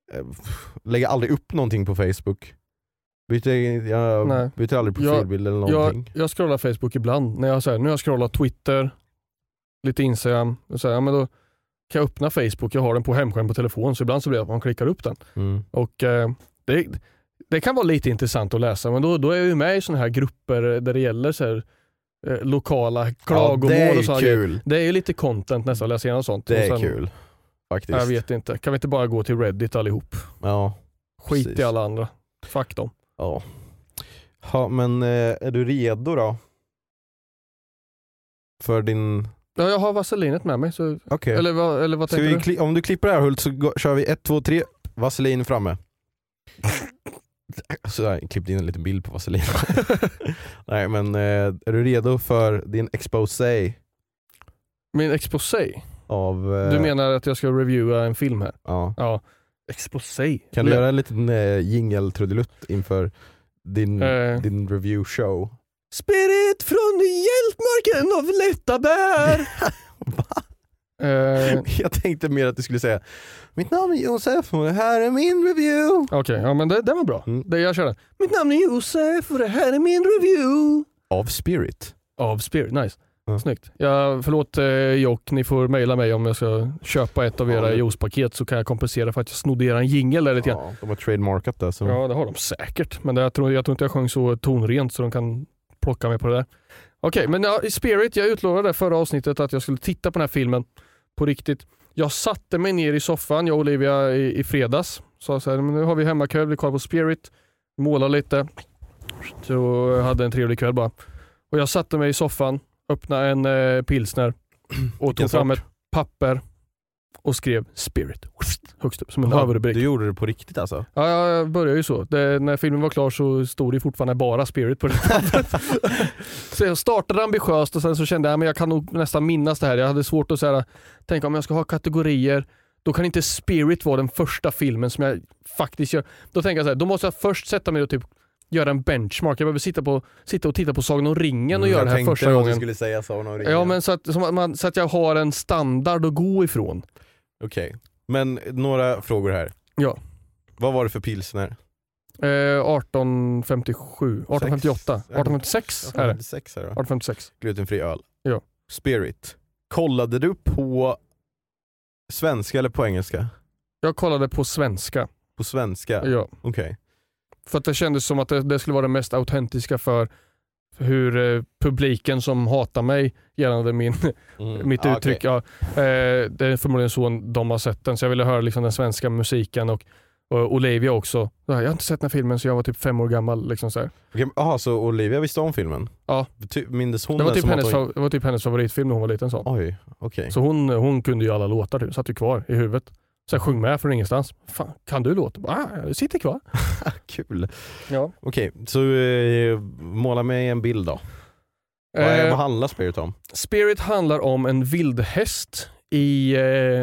[SPEAKER 5] Lägger aldrig upp någonting på Facebook. Byter, jag Nej. byter aldrig profilbild eller någonting.
[SPEAKER 6] Jag, jag scrollar Facebook ibland. När jag, så här, nu har jag scrollat Twitter, lite Instagram. Och så här, ja, men då kan jag öppna Facebook. Jag har den på hemskärm på telefon. Så ibland så blir det att man klickar upp den. Mm. Och eh, det, det kan vara lite intressant att läsa. Men då, då är jag ju med i såna här grupper där det gäller så här, eh, lokala klagomål. Ja,
[SPEAKER 5] och så kul.
[SPEAKER 6] Det är ju lite content nästan att läsa igenom sånt.
[SPEAKER 5] Det är
[SPEAKER 6] sen,
[SPEAKER 5] kul. Faktiskt.
[SPEAKER 6] Jag vet inte. Kan vi inte bara gå till Reddit allihop?
[SPEAKER 5] Ja.
[SPEAKER 6] Skit
[SPEAKER 5] precis.
[SPEAKER 6] i alla andra. Fuck dem.
[SPEAKER 5] Ja. Ja, men eh, är du redo då? För din...
[SPEAKER 6] Ja, jag har vaselinet med mig. Så...
[SPEAKER 5] Okay.
[SPEAKER 6] Eller, vad, eller vad tänker
[SPEAKER 5] vi
[SPEAKER 6] du?
[SPEAKER 5] Kli- om du klipper det här Hult så går, kör vi ett, två, tre. Vaselin framme. Så jag klippte in en liten bild på vaselin. Nej, men eh, är du redo för din exposé?
[SPEAKER 6] Min exposé?
[SPEAKER 5] Av, eh...
[SPEAKER 6] Du menar att jag ska reviewa en film här?
[SPEAKER 5] Ja.
[SPEAKER 6] Ja. Exposé.
[SPEAKER 5] Kan du göra en liten eh, jingle-trudelutt inför din, eh. din review show?
[SPEAKER 6] Spirit från hjälpmarken av lätta bär.
[SPEAKER 5] Va?
[SPEAKER 6] Eh.
[SPEAKER 5] Jag tänkte mer att du skulle säga mitt namn är Josef och det här är min review.
[SPEAKER 6] Okej, okay, ja men det, det var bra. Mm. Det jag körde. Mitt namn är Josef och det här är min review.
[SPEAKER 5] Av Spirit.
[SPEAKER 6] Av Spirit, nice.
[SPEAKER 5] Ja.
[SPEAKER 6] Snyggt. Ja, förlåt eh, Jock, ni får mejla mig om jag ska köpa ett av era
[SPEAKER 5] Ja, det-
[SPEAKER 6] juicepaket så kan jag kompensera för att jag snodde eran jingle där lite grann.
[SPEAKER 5] Ja, de har trademarkat det. Så.
[SPEAKER 6] Ja, det har de säkert. Men det, jag, tror, jag tror inte jag sjöng så tonrent så de kan plocka mig på det där. Okej, men ja, i Spirit, jag utlovade förra avsnittet att jag skulle titta på den här filmen på riktigt. Jag satte mig ner i soffan, jag och Olivia i, i fredags. Så så här, men nu har vi hemmakväll, vi kollar på Spirit, målar lite. Så jag hade en trevlig kväll bara. Och jag satte mig i soffan, öppnade en eh, pilsner och tog fram ett papper och skrev Spirit högst upp som en överrubrik.
[SPEAKER 5] Du gjorde det på riktigt alltså?
[SPEAKER 6] Ja, jag började ju så. Det, när filmen var klar så stod det fortfarande bara Spirit på det pappret. Så jag startade ambitiöst och sen så kände jag att jag kan nog nästan minnas det här. Jag hade svårt att säga, tänka om jag ska ha kategorier, då kan inte Spirit vara den första filmen som jag faktiskt gör. Då tänker jag så här, då måste jag först sätta mig och typ göra en benchmark. Jag behöver sitta, på, sitta och titta på Sagan om ringen och
[SPEAKER 5] Mm,
[SPEAKER 6] göra det här första gången.
[SPEAKER 5] Jag tänkte att du skulle säga Sagan om ringen.
[SPEAKER 6] Ja, men så att, så, att man, så att jag har en standard att gå ifrån.
[SPEAKER 5] Okej, okay. Men några frågor här.
[SPEAKER 6] Ja.
[SPEAKER 5] Vad var det för pilsner?
[SPEAKER 6] Eh, arton femtiosju, arton femtioåtta, arton femtiosex
[SPEAKER 5] arton femtiosex är det.
[SPEAKER 6] arton femtiosex.
[SPEAKER 5] Glutenfri öl.
[SPEAKER 6] Ja.
[SPEAKER 5] Spirit. Kollade du på svenska eller på engelska?
[SPEAKER 6] Jag kollade på svenska.
[SPEAKER 5] På svenska?
[SPEAKER 6] Ja.
[SPEAKER 5] Okej. Okay.
[SPEAKER 6] För att det kändes som att det, det skulle vara det mest autentiska för hur eh, publiken som hatar mig gällande min,
[SPEAKER 5] mm.
[SPEAKER 6] mitt
[SPEAKER 5] ah,
[SPEAKER 6] uttryck.
[SPEAKER 5] okay.
[SPEAKER 6] Ja, eh, det är förmodligen så de har sett den. Så jag ville höra liksom den svenska musiken och, och Olivia också. Jag har inte sett den här filmen så jag var typ fem år gammal. Liksom så här.
[SPEAKER 5] Okay. Aha, så Olivia visste om filmen?
[SPEAKER 6] Ja.
[SPEAKER 5] Mindes hon
[SPEAKER 6] det, var typ
[SPEAKER 5] som
[SPEAKER 6] hennes,
[SPEAKER 5] att...
[SPEAKER 6] det var typ hennes favoritfilm när hon var liten. Sån.
[SPEAKER 5] Oj, okej. Okay.
[SPEAKER 6] Så hon, hon kunde ju alla låtar. Typ. Satt ju kvar i huvudet. Så jag sjöng med från ingenstans. Fan, kan du låta? Ah, jag sitter kvar.
[SPEAKER 5] Kul.
[SPEAKER 6] Ja.
[SPEAKER 5] Okej, okay, så eh, måla mig en bild då. Vad, är,
[SPEAKER 6] Eh,
[SPEAKER 5] vad handlar Spirit om?
[SPEAKER 6] Spirit handlar om en vildhäst i eh,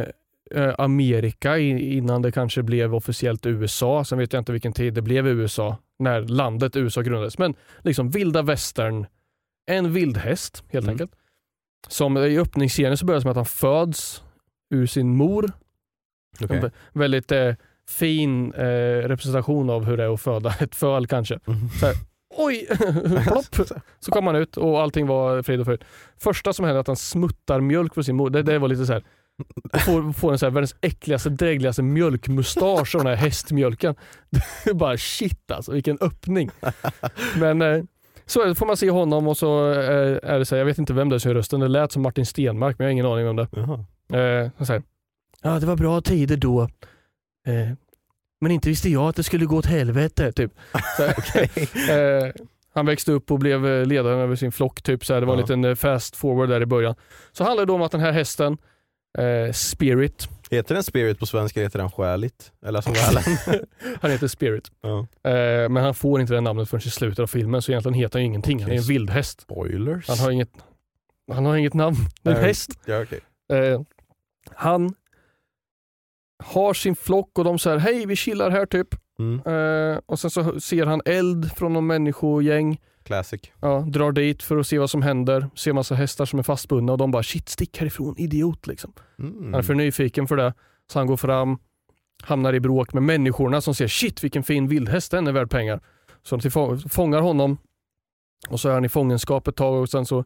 [SPEAKER 6] Amerika i, innan det kanske blev officiellt U S A. Sen vet jag inte vilken tid det blev U S A, när landet U S A grundades. Men liksom vilda västern, en vildhäst helt mm. enkelt. Som i öppningsscenen så börjar det som att han föds ur sin mor.
[SPEAKER 5] Okay.
[SPEAKER 6] En väldigt eh, fin eh, representation av hur det är att föda ett föl kanske. Mm. Så här, oj, plopp. Så kom han ut och allting var frid och fröjd. Första som hände är att han smuttar mjölk på sin mor. Det, det var lite så här. Får, får en så här världens äckligaste, drägligaste mjölkmustasch och den här hästmjölken. Det är bara shit alltså, vilken öppning. Men eh, så får man se honom och så eh, är det så här, jag vet inte vem det är som gör rösten. Det lät som Martin Stenmark men jag har ingen aning om det. Eh, så här, ja, det var bra tider då. Eh, men inte visste jag att det skulle gå åt helvete typ. Så, okay. eh, han växte upp och blev ledaren över sin flock typ så här, det var ja. en liten fast forward där i början. Så handlar det om att den här hästen eh, Spirit.
[SPEAKER 5] Heter den Spirit på svenska, heter den Skäligt? Eller som välen?
[SPEAKER 6] Han heter Spirit.
[SPEAKER 5] Ja.
[SPEAKER 6] Eh, men han får inte det namnet förrän i slutet av filmen så egentligen heter han ju ingenting. Han är en vildhäst.
[SPEAKER 5] Spoilers.
[SPEAKER 6] Han har inget han har inget namn. Det är en häst.
[SPEAKER 5] Ja, okay.
[SPEAKER 6] eh, han har sin flock och de säger hej vi chillar här typ.
[SPEAKER 5] Mm.
[SPEAKER 6] Eh, och sen så ser han eld från någon människogäng.
[SPEAKER 5] Classic.
[SPEAKER 6] Ja, drar dit för att se vad som händer. Ser massa hästar som är fastbundna och de bara shit stick härifrån idiot liksom. Mm. Han är för nyfiken för det. Så han går fram, hamnar i bråk med människorna som ser shit vilken fin vildhäst, den är värd pengar. Så de fångar honom och så är han i fångenskap ett tag och sen så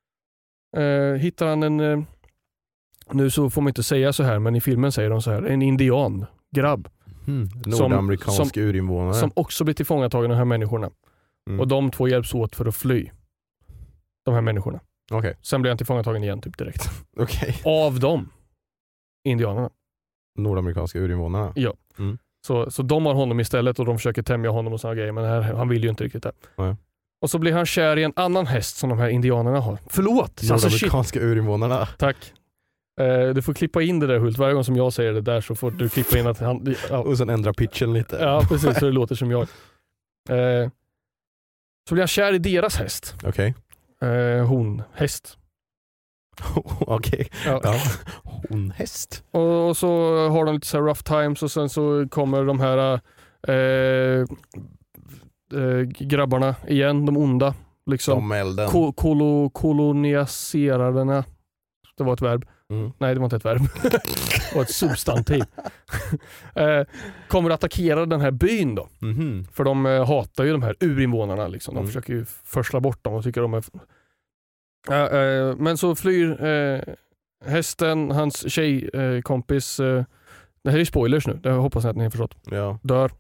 [SPEAKER 6] eh, hittar han en eh, nu så får man inte säga så här men i filmen säger de så här, en indian grabb.
[SPEAKER 5] Mm. Nordamerikansk
[SPEAKER 6] som,
[SPEAKER 5] urinvånare.
[SPEAKER 6] Som också blir tillfångatagen av de här människorna. Mm. Och de två hjälps åt för att fly. De här människorna.
[SPEAKER 5] Okay.
[SPEAKER 6] Sen blir han tillfångatagen igen typ direkt.
[SPEAKER 5] Okay.
[SPEAKER 6] Av dem. Indianerna.
[SPEAKER 5] Nordamerikanska urinvånarna.
[SPEAKER 6] Ja. Mm. Så, så de har honom istället och de försöker tämja honom och såna grejer. Men här, han vill ju inte riktigt det.
[SPEAKER 5] Nej.
[SPEAKER 6] Och så blir han kär i en annan häst som de här indianerna har. Förlåt!
[SPEAKER 5] Nordamerikanska
[SPEAKER 6] alltså,
[SPEAKER 5] urinvånarna.
[SPEAKER 6] Tack. Eh, du får klippa in det där Hult. Varje gång som jag säger det där så får du klippa in att han... Ja.
[SPEAKER 5] Och sen ändra pitchen lite.
[SPEAKER 6] Ja, precis. Så det låter som jag. Eh, så blir han kär i deras häst.
[SPEAKER 5] Okej.
[SPEAKER 6] Okay. Eh, hon, häst.
[SPEAKER 5] Okej. Okay.
[SPEAKER 6] Ja.
[SPEAKER 5] Ja. Hon, häst.
[SPEAKER 6] Och, och så har de lite så här rough times och sen så kommer de här eh, eh, grabbarna igen, de onda. Liksom.
[SPEAKER 5] De elden.
[SPEAKER 6] Ko- kolo- koloniserarna. Det var ett verb.
[SPEAKER 5] Mm.
[SPEAKER 6] Nej, det var inte ett verb. Det var ett substantiv. eh, kommer att attackera den här byn då.
[SPEAKER 5] Mm-hmm.
[SPEAKER 6] För de eh, hatar ju de här urinvånarna. Liksom. De
[SPEAKER 5] mm.
[SPEAKER 6] försöker ju försla bort dem och tycker de är Uh, uh, men så flyr uh, hästen, hans tjejkompis, uh, uh, det här är spoilers nu, det hoppas jag att ni har förstått.
[SPEAKER 5] Ja.
[SPEAKER 6] Dör.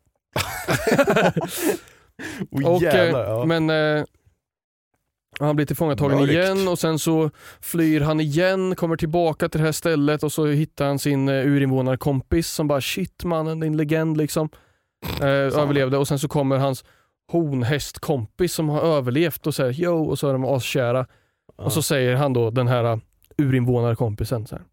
[SPEAKER 5] oh,
[SPEAKER 6] och,
[SPEAKER 5] jävlar,
[SPEAKER 6] uh,
[SPEAKER 5] ja.
[SPEAKER 6] Men uh, han blir tillfångatagen
[SPEAKER 5] Mörkt.
[SPEAKER 6] igen och sen så flyr han igen, kommer tillbaka till det här stället och så hittar han sin uh, urinvånarkompis som bara shit mannen, din legend liksom. Uh, överlevde och sen så kommer hans honhästkompis som har överlevt och säger yo och så är de askära. Ja. Och så säger han då den här uh, urinvånarkompisen så här.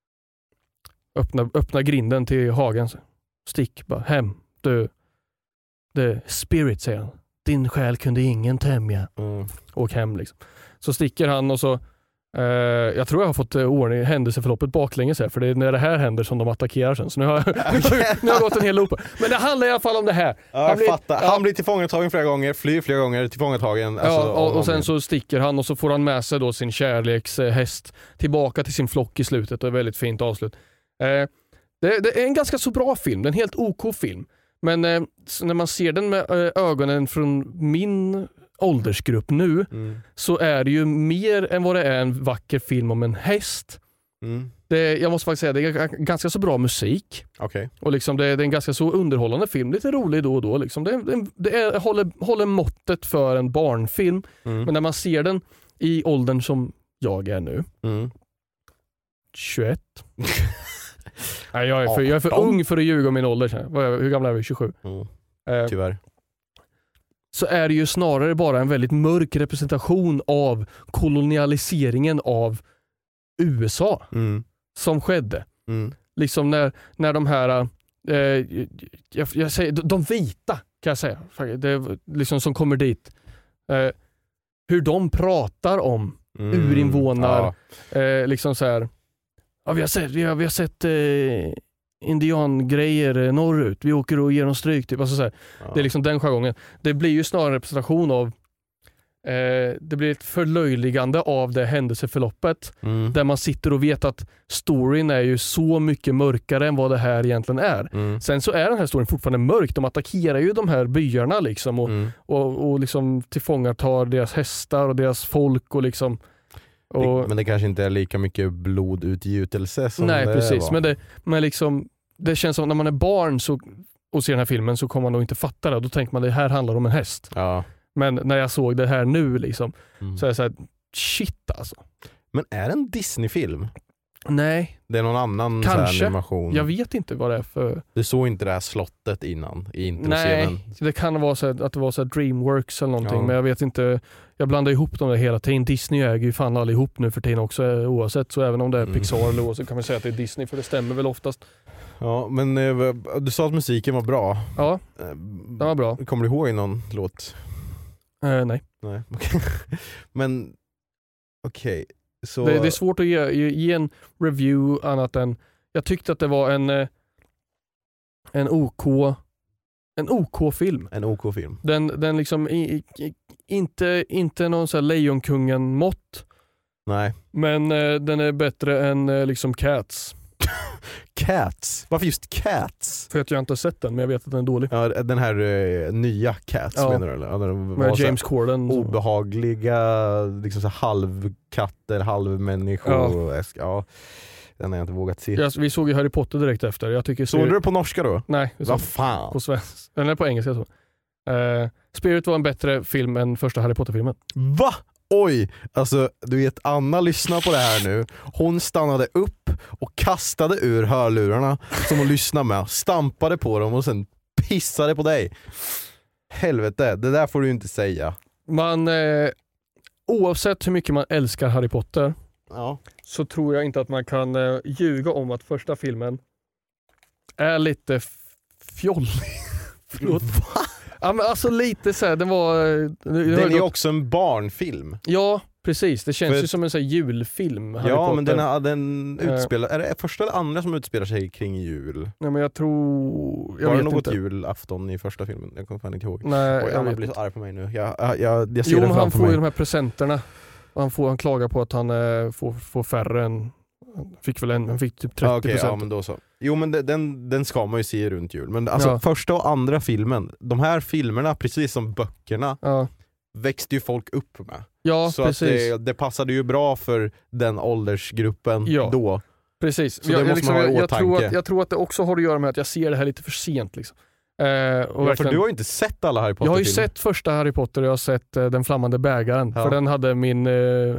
[SPEAKER 6] Öppna, öppna grinden till hagen så. Stick bara hem. Du, the spirit säger han. Din själ kunde ingen tämja.
[SPEAKER 5] Mm.
[SPEAKER 6] Och hem liksom. Så sticker han och så eh, jag tror jag har fått eh, ordning händelseförloppet baklänges här, för det är när det här händer som de attackerar sen. Så nu har jag, nu har jag gått en hel loop. Men det handlar i alla fall om det här.
[SPEAKER 5] Ja,
[SPEAKER 6] han, blir,
[SPEAKER 5] fattar.
[SPEAKER 6] ja,
[SPEAKER 5] han blir tillfångatagen flera gånger, flyr flera gånger, tillfångatagen. Alltså,
[SPEAKER 6] ja, och, och sen
[SPEAKER 5] blir...
[SPEAKER 6] så sticker han och så får han med sig då sin kärlekshäst tillbaka till sin flock i slutet. Och ett väldigt fint avslut. Eh, det, det är en ganska så bra film. Det är en helt OK film. Men eh, när man ser den med eh, ögonen från min åldersgrupp nu mm. så är det ju mer än vad det är en vacker film om en häst. Mm. Det, jag måste faktiskt säga det är ganska så bra musik.
[SPEAKER 5] Okay.
[SPEAKER 6] Och liksom det, det är en ganska så underhållande film. Lite rolig då och då. Liksom. Det, det, det är, håller, håller måttet för en barnfilm. Mm. Men när man ser den i åldern som jag är nu. Mm. tjugoett. Nej, jag är för, jag är för ung för att ljuga om min ålder. Hur gammal är vi? tjugosju.
[SPEAKER 5] Mm. Eh, Tyvärr.
[SPEAKER 6] Så är det ju snarare bara en väldigt mörk representation av kolonialiseringen av U S A mm. som skedde. Mm. Liksom när, när de här eh, jag, jag säger, de vita kan jag säga, det är liksom som kommer dit. Eh, hur de pratar om mm. urinvånar ja. eh, liksom så här. Ja, vi har sett, vi har, vi har sett eh, indiangrejer norrut. Vi åker och ger dem stryk. Typ. Alltså så här. Ja. Det är liksom den jargongen. Det blir ju snarare en representation av eh, det blir ett förlöjligande av det händelseförloppet. Mm. Där man sitter och vet att storyn är ju så mycket mörkare än vad det här egentligen är. Mm. Sen så är den här storyn fortfarande mörk. De attackerar ju de här byarna liksom och, mm. och, och liksom tillfångatar deras hästar och deras folk och liksom. Och,
[SPEAKER 5] det, men det kanske inte är lika mycket blodutgjutelse som
[SPEAKER 6] nej,
[SPEAKER 5] det
[SPEAKER 6] precis.
[SPEAKER 5] var.
[SPEAKER 6] Men, det, men liksom, det känns som när man är barn så, och ser den här filmen så kommer man nog inte fatta det. Då tänker man att det här handlar om en häst. Ja. Men när jag såg det här nu liksom, mm. så är jag så här, shit alltså.
[SPEAKER 5] Men är det en Disney-film?
[SPEAKER 6] Nej.
[SPEAKER 5] Det är någon annan
[SPEAKER 6] kanske.
[SPEAKER 5] Animation.
[SPEAKER 6] Jag vet inte vad det är för...
[SPEAKER 5] Du såg inte det här slottet innan i introscenen?
[SPEAKER 6] Nej, det kan vara så att det var så här Dreamworks eller någonting.
[SPEAKER 5] Ja.
[SPEAKER 6] Men jag vet inte. Jag blandar ihop dem där hela tiden. Disney äger ju fan allihop nu för tiden också oavsett. Så även om det är Pixar mm. eller så kan man säga att det är Disney, för det stämmer väl oftast.
[SPEAKER 5] Ja, men eh, du sa att musiken var bra.
[SPEAKER 6] Ja, den var bra.
[SPEAKER 5] Kommer du ihåg någon låt?
[SPEAKER 6] Uh, nej.
[SPEAKER 5] Nej. Men okej. Okay. Så...
[SPEAKER 6] Det, det är svårt att ge, ge, ge en review annat än jag tyckte att det var en en OK en OK-film.
[SPEAKER 5] En OK-film.
[SPEAKER 6] Den, den liksom i, i, inte, inte någon sån här Lejonkungen-mått.
[SPEAKER 5] Nej.
[SPEAKER 6] Men eh, den är bättre än eh, liksom Cats.
[SPEAKER 5] Cats? Varför just Cats?
[SPEAKER 6] För att jag inte har sett den, men jag vet att den är dålig.
[SPEAKER 5] Ja, den här uh, nya Cats ja. Menar du? Eller? Ja,
[SPEAKER 6] med James Corden.
[SPEAKER 5] Obehagliga liksom så halvkatter, halvmänniskor. Ja. ja. Den har jag inte vågat se.
[SPEAKER 6] Ja, vi såg ju Harry Potter direkt efter. Jag tycker
[SPEAKER 5] såg du det på norska då?
[SPEAKER 6] Nej.
[SPEAKER 5] Vad fan?
[SPEAKER 6] På svensk. Den är på engelska så. Uh, Spirit var en bättre film än första Harry Potter-filmen.
[SPEAKER 5] Va? Oj! Alltså, du vet, Anna lyssnar på det här nu. Hon stannade upp och kastade ur hörlurarna som hon lyssnar med. Stampade på dem och sen pissade på dig. Helvete, det där får du inte säga.
[SPEAKER 6] Man, eh, oavsett hur mycket man älskar Harry Potter
[SPEAKER 5] ja.
[SPEAKER 6] Så tror jag inte att man kan eh, ljuga om att första filmen är lite f- fjollig. Förlåt. Va? Ja, men alltså lite så här, den var...
[SPEAKER 5] Den är ju också en barnfilm.
[SPEAKER 6] Ja, precis. Det känns
[SPEAKER 5] För...
[SPEAKER 6] ju som en så här julfilm. Harry
[SPEAKER 5] ja,
[SPEAKER 6] Potter.
[SPEAKER 5] men den, är, den utspelar... Är det första eller andra som utspelar sig kring jul?
[SPEAKER 6] Nej, men jag tror... Jag
[SPEAKER 5] var
[SPEAKER 6] vet
[SPEAKER 5] det något
[SPEAKER 6] inte.
[SPEAKER 5] julafton i första filmen? Jag kommer fan inte ihåg.
[SPEAKER 6] Nej,
[SPEAKER 5] Oj, Anna blir så arg på mig nu. Jag, jag, jag, jag ser
[SPEAKER 6] jo,
[SPEAKER 5] det
[SPEAKER 6] men han får
[SPEAKER 5] mig.
[SPEAKER 6] ju de här presenterna. Han, får, han klagar på att han eh, får, får färre än... Han fick väl en, han fick typ trettio procent.
[SPEAKER 5] Ah, okay, ja, men då så. Jo, men den, den ska man ju se runt jul. Men alltså
[SPEAKER 6] ja.
[SPEAKER 5] Första och andra filmen, de här filmerna, precis som böckerna,
[SPEAKER 6] ja.
[SPEAKER 5] växte ju folk upp med.
[SPEAKER 6] Ja,
[SPEAKER 5] så
[SPEAKER 6] precis.
[SPEAKER 5] Att det, det passade ju bra för den åldersgruppen
[SPEAKER 6] ja.
[SPEAKER 5] då.
[SPEAKER 6] Precis.
[SPEAKER 5] Så
[SPEAKER 6] jag,
[SPEAKER 5] det måste
[SPEAKER 6] liksom,
[SPEAKER 5] man ha i
[SPEAKER 6] jag, jag,
[SPEAKER 5] åtanke.
[SPEAKER 6] tror att, jag tror att det också har att göra med att jag ser det här lite för sent. Liksom. Eh, och
[SPEAKER 5] ja,
[SPEAKER 6] verkligen,
[SPEAKER 5] för du har ju inte sett alla Harry Potter-filmer.
[SPEAKER 6] Jag har ju sett första Harry Potter och jag har sett eh, Den flammande bägaren.
[SPEAKER 5] Ja.
[SPEAKER 6] För den hade min eh,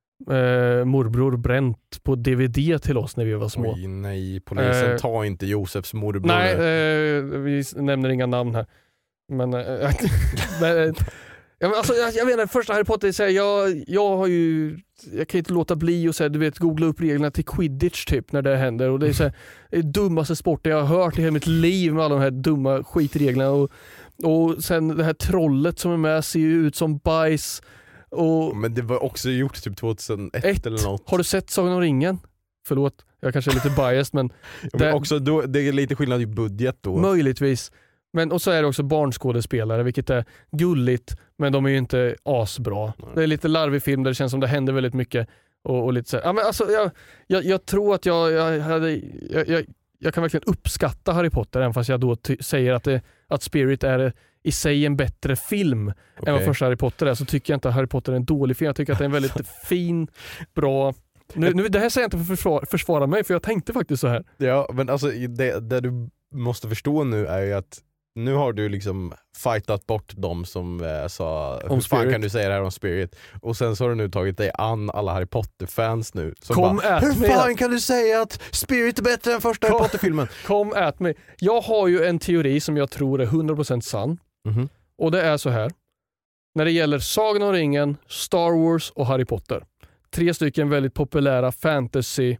[SPEAKER 6] eh, morbror bränt på D V D till oss när vi var små.
[SPEAKER 5] Oj, nej, polisen,
[SPEAKER 6] Eh,
[SPEAKER 5] ta inte Josefs morbror.
[SPEAKER 6] Nej, eh, vi nämner inga namn här. Men, eh, men ja, men alltså, jag, jag vet inte, första Harry Potter, så här, jag, jag har ju jag kan inte låta bli och så här, du vet, googla upp reglerna till Quidditch typ när det händer, och det är så här, det är dummaste sporten jag har hört i hela mitt liv med alla de här dumma skitreglerna, och, och sen det här trollet som är med ser ju ut som bajs. Och
[SPEAKER 5] men det var också gjort typ tjugohundraett
[SPEAKER 6] ett,
[SPEAKER 5] eller något.
[SPEAKER 6] har du sett Sagan om ringen? Förlåt, jag kanske är lite biased, men,
[SPEAKER 5] ja, men
[SPEAKER 6] det,
[SPEAKER 5] också då, det är lite skillnad i budget då.
[SPEAKER 6] Möjligtvis. Men, och så är det också barnskådespelare, vilket är gulligt, men de är ju inte asbra. Nej. Det är lite larvig film där det känns som det händer väldigt mycket. Och, och lite så här. Ja, men alltså, jag, jag, jag tror att jag, jag, hade, jag, jag, jag kan verkligen uppskatta Harry Potter, även fast jag då ty- säger att, det, att Spirit är i sig en bättre film okay. än vad första Harry Potter är, så tycker jag inte att Harry Potter är en dålig film. Jag tycker att det är en väldigt fin, bra... Nu, nu, det här säger jag inte för att försvara, försvara mig, för jag tänkte faktiskt så här.
[SPEAKER 5] Ja, men alltså det, det du måste förstå nu är ju att nu har du liksom fightat bort dem som eh, sa
[SPEAKER 6] om
[SPEAKER 5] hur
[SPEAKER 6] Spirit.
[SPEAKER 5] fan kan du säga det här om Spirit, och sen så har du nu tagit dig an alla Harry Potter-fans nu som
[SPEAKER 6] Kom
[SPEAKER 5] bara, hur
[SPEAKER 6] mig
[SPEAKER 5] fan
[SPEAKER 6] att...
[SPEAKER 5] kan du säga att Spirit är bättre än första Harry Potter-filmen?
[SPEAKER 6] Kom ät mig. Jag har ju en teori som jag tror är hundra procent sann.
[SPEAKER 5] Mm-hmm.
[SPEAKER 6] Och det är så här. När det gäller Sagan om ringen, Star Wars och Harry Potter, tre stycken väldigt populära fantasy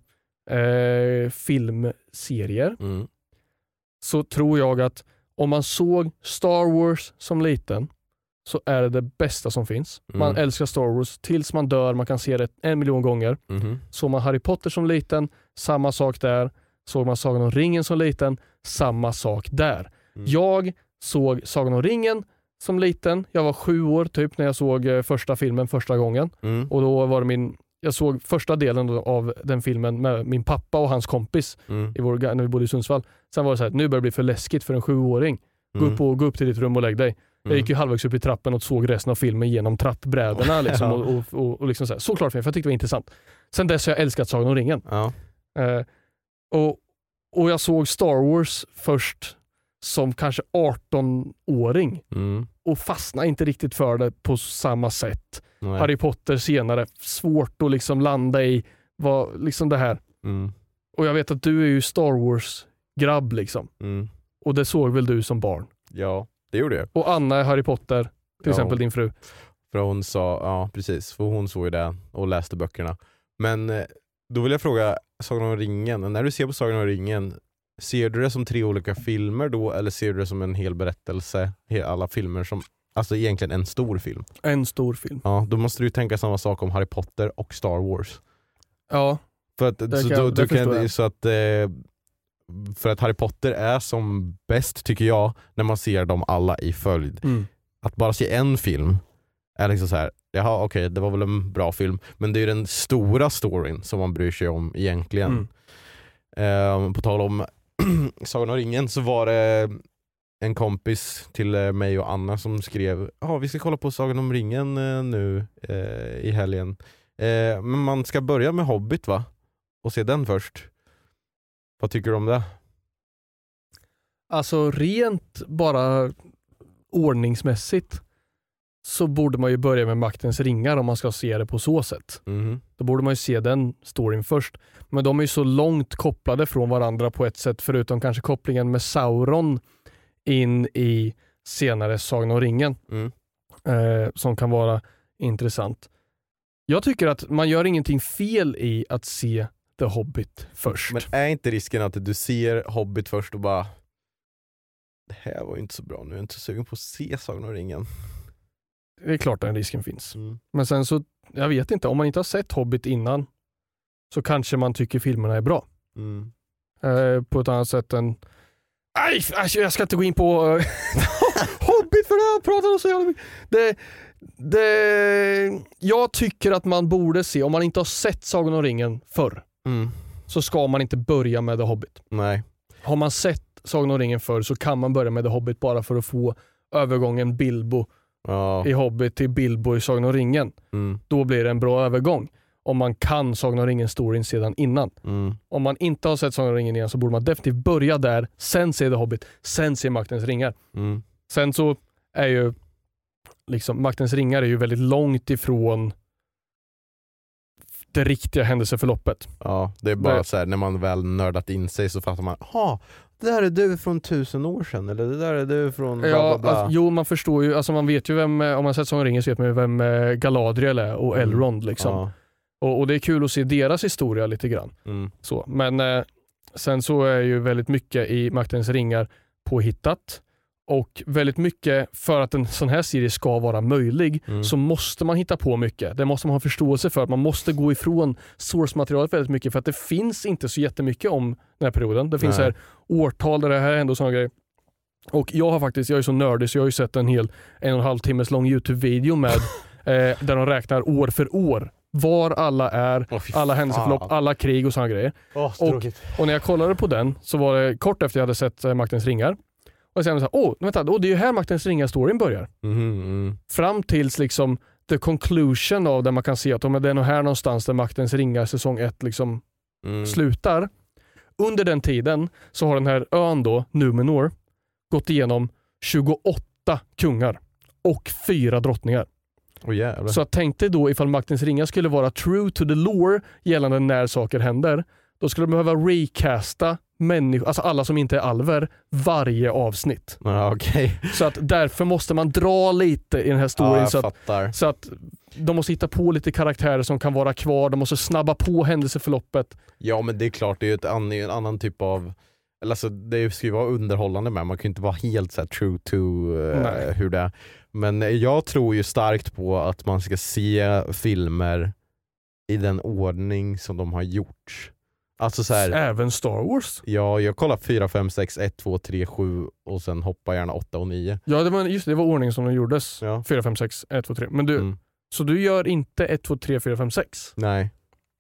[SPEAKER 6] eh, filmserier,
[SPEAKER 5] mm.
[SPEAKER 6] så tror jag att om man såg Star Wars som liten, så är det det bästa som finns.
[SPEAKER 5] Mm.
[SPEAKER 6] Man älskar Star Wars tills man dör, man kan se det en miljon gånger.
[SPEAKER 5] Mm-hmm.
[SPEAKER 6] Såg man Harry Potter som liten, samma sak där. Såg man Sagan om ringen som liten, samma sak där. Mm. Jag såg Sagan om ringen som liten. Jag var sju år typ när jag såg eh, första filmen första gången.
[SPEAKER 5] Mm.
[SPEAKER 6] Och då var det min, jag såg första delen av den filmen med min pappa och hans kompis
[SPEAKER 5] mm.
[SPEAKER 6] i vår, när vi bodde i Sundsvall. Sen var det så här, nu börjar det bli för läskigt för en sjuåring. Gå,
[SPEAKER 5] Mm.
[SPEAKER 6] upp, och, gå upp till ditt rum och lägg dig. Jag gick ju halvvägs upp i trappen och såg resten av filmen genom trappbrädorna. Liksom, och, och, och, och liksom så här. Såklart för jag tyckte det var intressant. Sen dess har jag älskat Sagan om ringen.
[SPEAKER 5] Ja.
[SPEAKER 6] Eh, och, och jag såg Star Wars först som kanske arton-åring.
[SPEAKER 5] Mm.
[SPEAKER 6] Och fastnade inte riktigt för det på samma sätt.
[SPEAKER 5] Nej.
[SPEAKER 6] Harry Potter senare, svårt att liksom landa i vad, liksom det här.
[SPEAKER 5] Mm.
[SPEAKER 6] Och jag vet att du är ju Star Wars-grabb liksom.
[SPEAKER 5] Mm.
[SPEAKER 6] Och det såg väl du som barn.
[SPEAKER 5] Ja, det gjorde jag.
[SPEAKER 6] Och Anna är Harry Potter, till
[SPEAKER 5] ja.
[SPEAKER 6] exempel din fru.
[SPEAKER 5] För hon sa, ja precis, för hon såg ju det och läste böckerna. Men eh, då vill jag fråga, Sagan om ringen, när du ser på Sagan om ringen, ser du det som tre olika filmer då, eller ser du det som en hel berättelse, alla filmer som, alltså egentligen en stor film?
[SPEAKER 6] En stor film.
[SPEAKER 5] Ja, då måste du tänka samma sak om Harry Potter och Star Wars.
[SPEAKER 6] Ja.
[SPEAKER 5] För att,
[SPEAKER 6] Det
[SPEAKER 5] så,
[SPEAKER 6] kan,
[SPEAKER 5] då,
[SPEAKER 6] det
[SPEAKER 5] då kan,
[SPEAKER 6] jag.
[SPEAKER 5] så att eh, för att Harry Potter är som bäst tycker jag när man ser dem alla i följd.
[SPEAKER 6] Mm.
[SPEAKER 5] Att bara se en film är liksom så här, jaha okej, okay, det var väl en bra film, men det är ju den stora storyn som man bryr sig om egentligen. Mm. Eh, på tal om Sagan om ringen, så var det en kompis till mig och Anna som skrev, ja vi ska kolla på Sagan om ringen eh, nu eh, i helgen. Eh, men man ska börja med Hobbit va? Och se den först. Vad tycker du om det?
[SPEAKER 6] Alltså rent bara ordningsmässigt så borde man ju börja med Maktens ringar om man ska se det på så sätt.
[SPEAKER 5] Mm.
[SPEAKER 6] Då borde man ju se den storyn först. Men de är ju så långt kopplade från varandra på ett sätt, förutom kanske kopplingen med Sauron in i senare Sagan om ringen.
[SPEAKER 5] Mm.
[SPEAKER 6] Eh, som kan vara intressant. Jag tycker att man gör ingenting fel i att se The Hobbit först.
[SPEAKER 5] Men är inte risken att du ser Hobbit först och bara, det här var ju inte så bra, nu är jag inte så sugen på att se Sagan om ringen.
[SPEAKER 6] Det är klart att den risken finns.
[SPEAKER 5] Mm.
[SPEAKER 6] Men sen så, jag vet inte, om man inte har sett Hobbit innan så kanske man tycker filmerna är bra.
[SPEAKER 5] Mm.
[SPEAKER 6] Eh, på ett annat sätt än aj, aj, jag ska inte gå in på uh, Hobbit för det jag pratar om så jävla mycket. Det, det, jag tycker att man borde se, om man inte har sett Sagan om ringen förr,
[SPEAKER 5] Mm.
[SPEAKER 6] så ska man inte börja med The Hobbit.
[SPEAKER 5] Nej.
[SPEAKER 6] Har man sett Sagan om ringen förr så kan man börja med The Hobbit bara för att få övergången Bilbo
[SPEAKER 5] ja.
[SPEAKER 6] i Hobbit till Bilbo i Sagan om ringen.
[SPEAKER 5] Mm.
[SPEAKER 6] Då blir det en bra övergång. Om man kan Sagan om ringen-storyn sedan innan.
[SPEAKER 5] Mm.
[SPEAKER 6] Om man inte har sett Sagan om ringen igen så borde man definitivt börja där, sen se The Hobbit, sen se Maktens ringar.
[SPEAKER 5] Mm.
[SPEAKER 6] Sen så är ju liksom, Maktens ringar är ju väldigt långt ifrån det riktiga händelseförloppet.
[SPEAKER 5] Ja, det är bara
[SPEAKER 6] det...
[SPEAKER 5] så här, när man väl nördat in sig så fattar man, ja, det där är du från tusen år sedan, eller det där är du från bla,
[SPEAKER 6] ja,
[SPEAKER 5] bla, bla.
[SPEAKER 6] Alltså, jo, man förstår ju, alltså man vet ju vem, om man sett Sagan om ringen så vet man ju vem Galadriel är och Elrond liksom.
[SPEAKER 5] Ja.
[SPEAKER 6] Och, och det är kul att se deras historia lite grann.
[SPEAKER 5] Mm.
[SPEAKER 6] Så. Men eh, sen så är ju väldigt mycket i Maktens ringar påhittat. Och väldigt mycket, för att en sån här serie ska vara möjlig,
[SPEAKER 5] Mm.
[SPEAKER 6] så måste man hitta på mycket. Det måste man ha förståelse för. Man måste gå ifrån source-materialet väldigt mycket, för att det finns inte så jättemycket om den här perioden. Det finns
[SPEAKER 5] Nej.
[SPEAKER 6] här årtal där det här händer och såna grejer. Och jag har faktiskt, jag är så nördig så jag har ju sett en hel en och en halv timmes lång YouTube-video med eh, där de räknar år för år. Var alla är,
[SPEAKER 5] Åh, fy
[SPEAKER 6] alla
[SPEAKER 5] fan.
[SPEAKER 6] händelseförlopp, alla krig och såna grejer.
[SPEAKER 5] Åh, så
[SPEAKER 6] Och,
[SPEAKER 5] tråkigt.
[SPEAKER 6] och när jag kollade på den så var det kort efter jag hade sett eh, Maktens ringar. Och sen så här, åh, vänta, åh, det är ju här Maktens ringar-storyn börjar.
[SPEAKER 5] Mm, mm.
[SPEAKER 6] Fram tills liksom the conclusion av där man kan se att oh, det är nog här någonstans där Maktens ringar säsong ett liksom
[SPEAKER 5] Mm.
[SPEAKER 6] slutar. Under den tiden så har den här ön då, Numenor, gått igenom tjugoåtta kungar och fyra drottningar.
[SPEAKER 5] Åh, jävlar.
[SPEAKER 6] Så att tänk dig då ifall Maktens ringar skulle vara true to the lore gällande när saker händer, då skulle de behöva recasta människor, alltså alla som inte är alver, varje avsnitt.
[SPEAKER 5] Ja, okej.
[SPEAKER 6] Så att därför måste man dra lite i den här
[SPEAKER 5] Ja,
[SPEAKER 6] storyn,
[SPEAKER 5] jag
[SPEAKER 6] så, att,
[SPEAKER 5] fattar.
[SPEAKER 6] så att de måste hitta på lite karaktärer som kan vara kvar, de måste snabba på händelseförloppet.
[SPEAKER 5] Ja, men det är klart, det är ju ett an, en annan typ av, eller alltså, det ska ju vara underhållande med, man kan ju inte vara helt så här true to uh, hur det är. Men jag tror ju starkt på att man ska se filmer i den ordning som de har gjort. Alltså så här,
[SPEAKER 6] Även Star Wars.
[SPEAKER 5] ja, jag kollar fyra, fem, sex, ett, två, tre, sju och sen hoppar gärna åtta och nio.
[SPEAKER 6] Ja, det var, just det, det var ordningen som de gjordes.
[SPEAKER 5] Ja.
[SPEAKER 6] fyra, fem, sex, ett, två, tre. Men du,
[SPEAKER 5] Mm.
[SPEAKER 6] så du gör inte ett, två, tre, fyra, fem, sex?
[SPEAKER 5] Nej.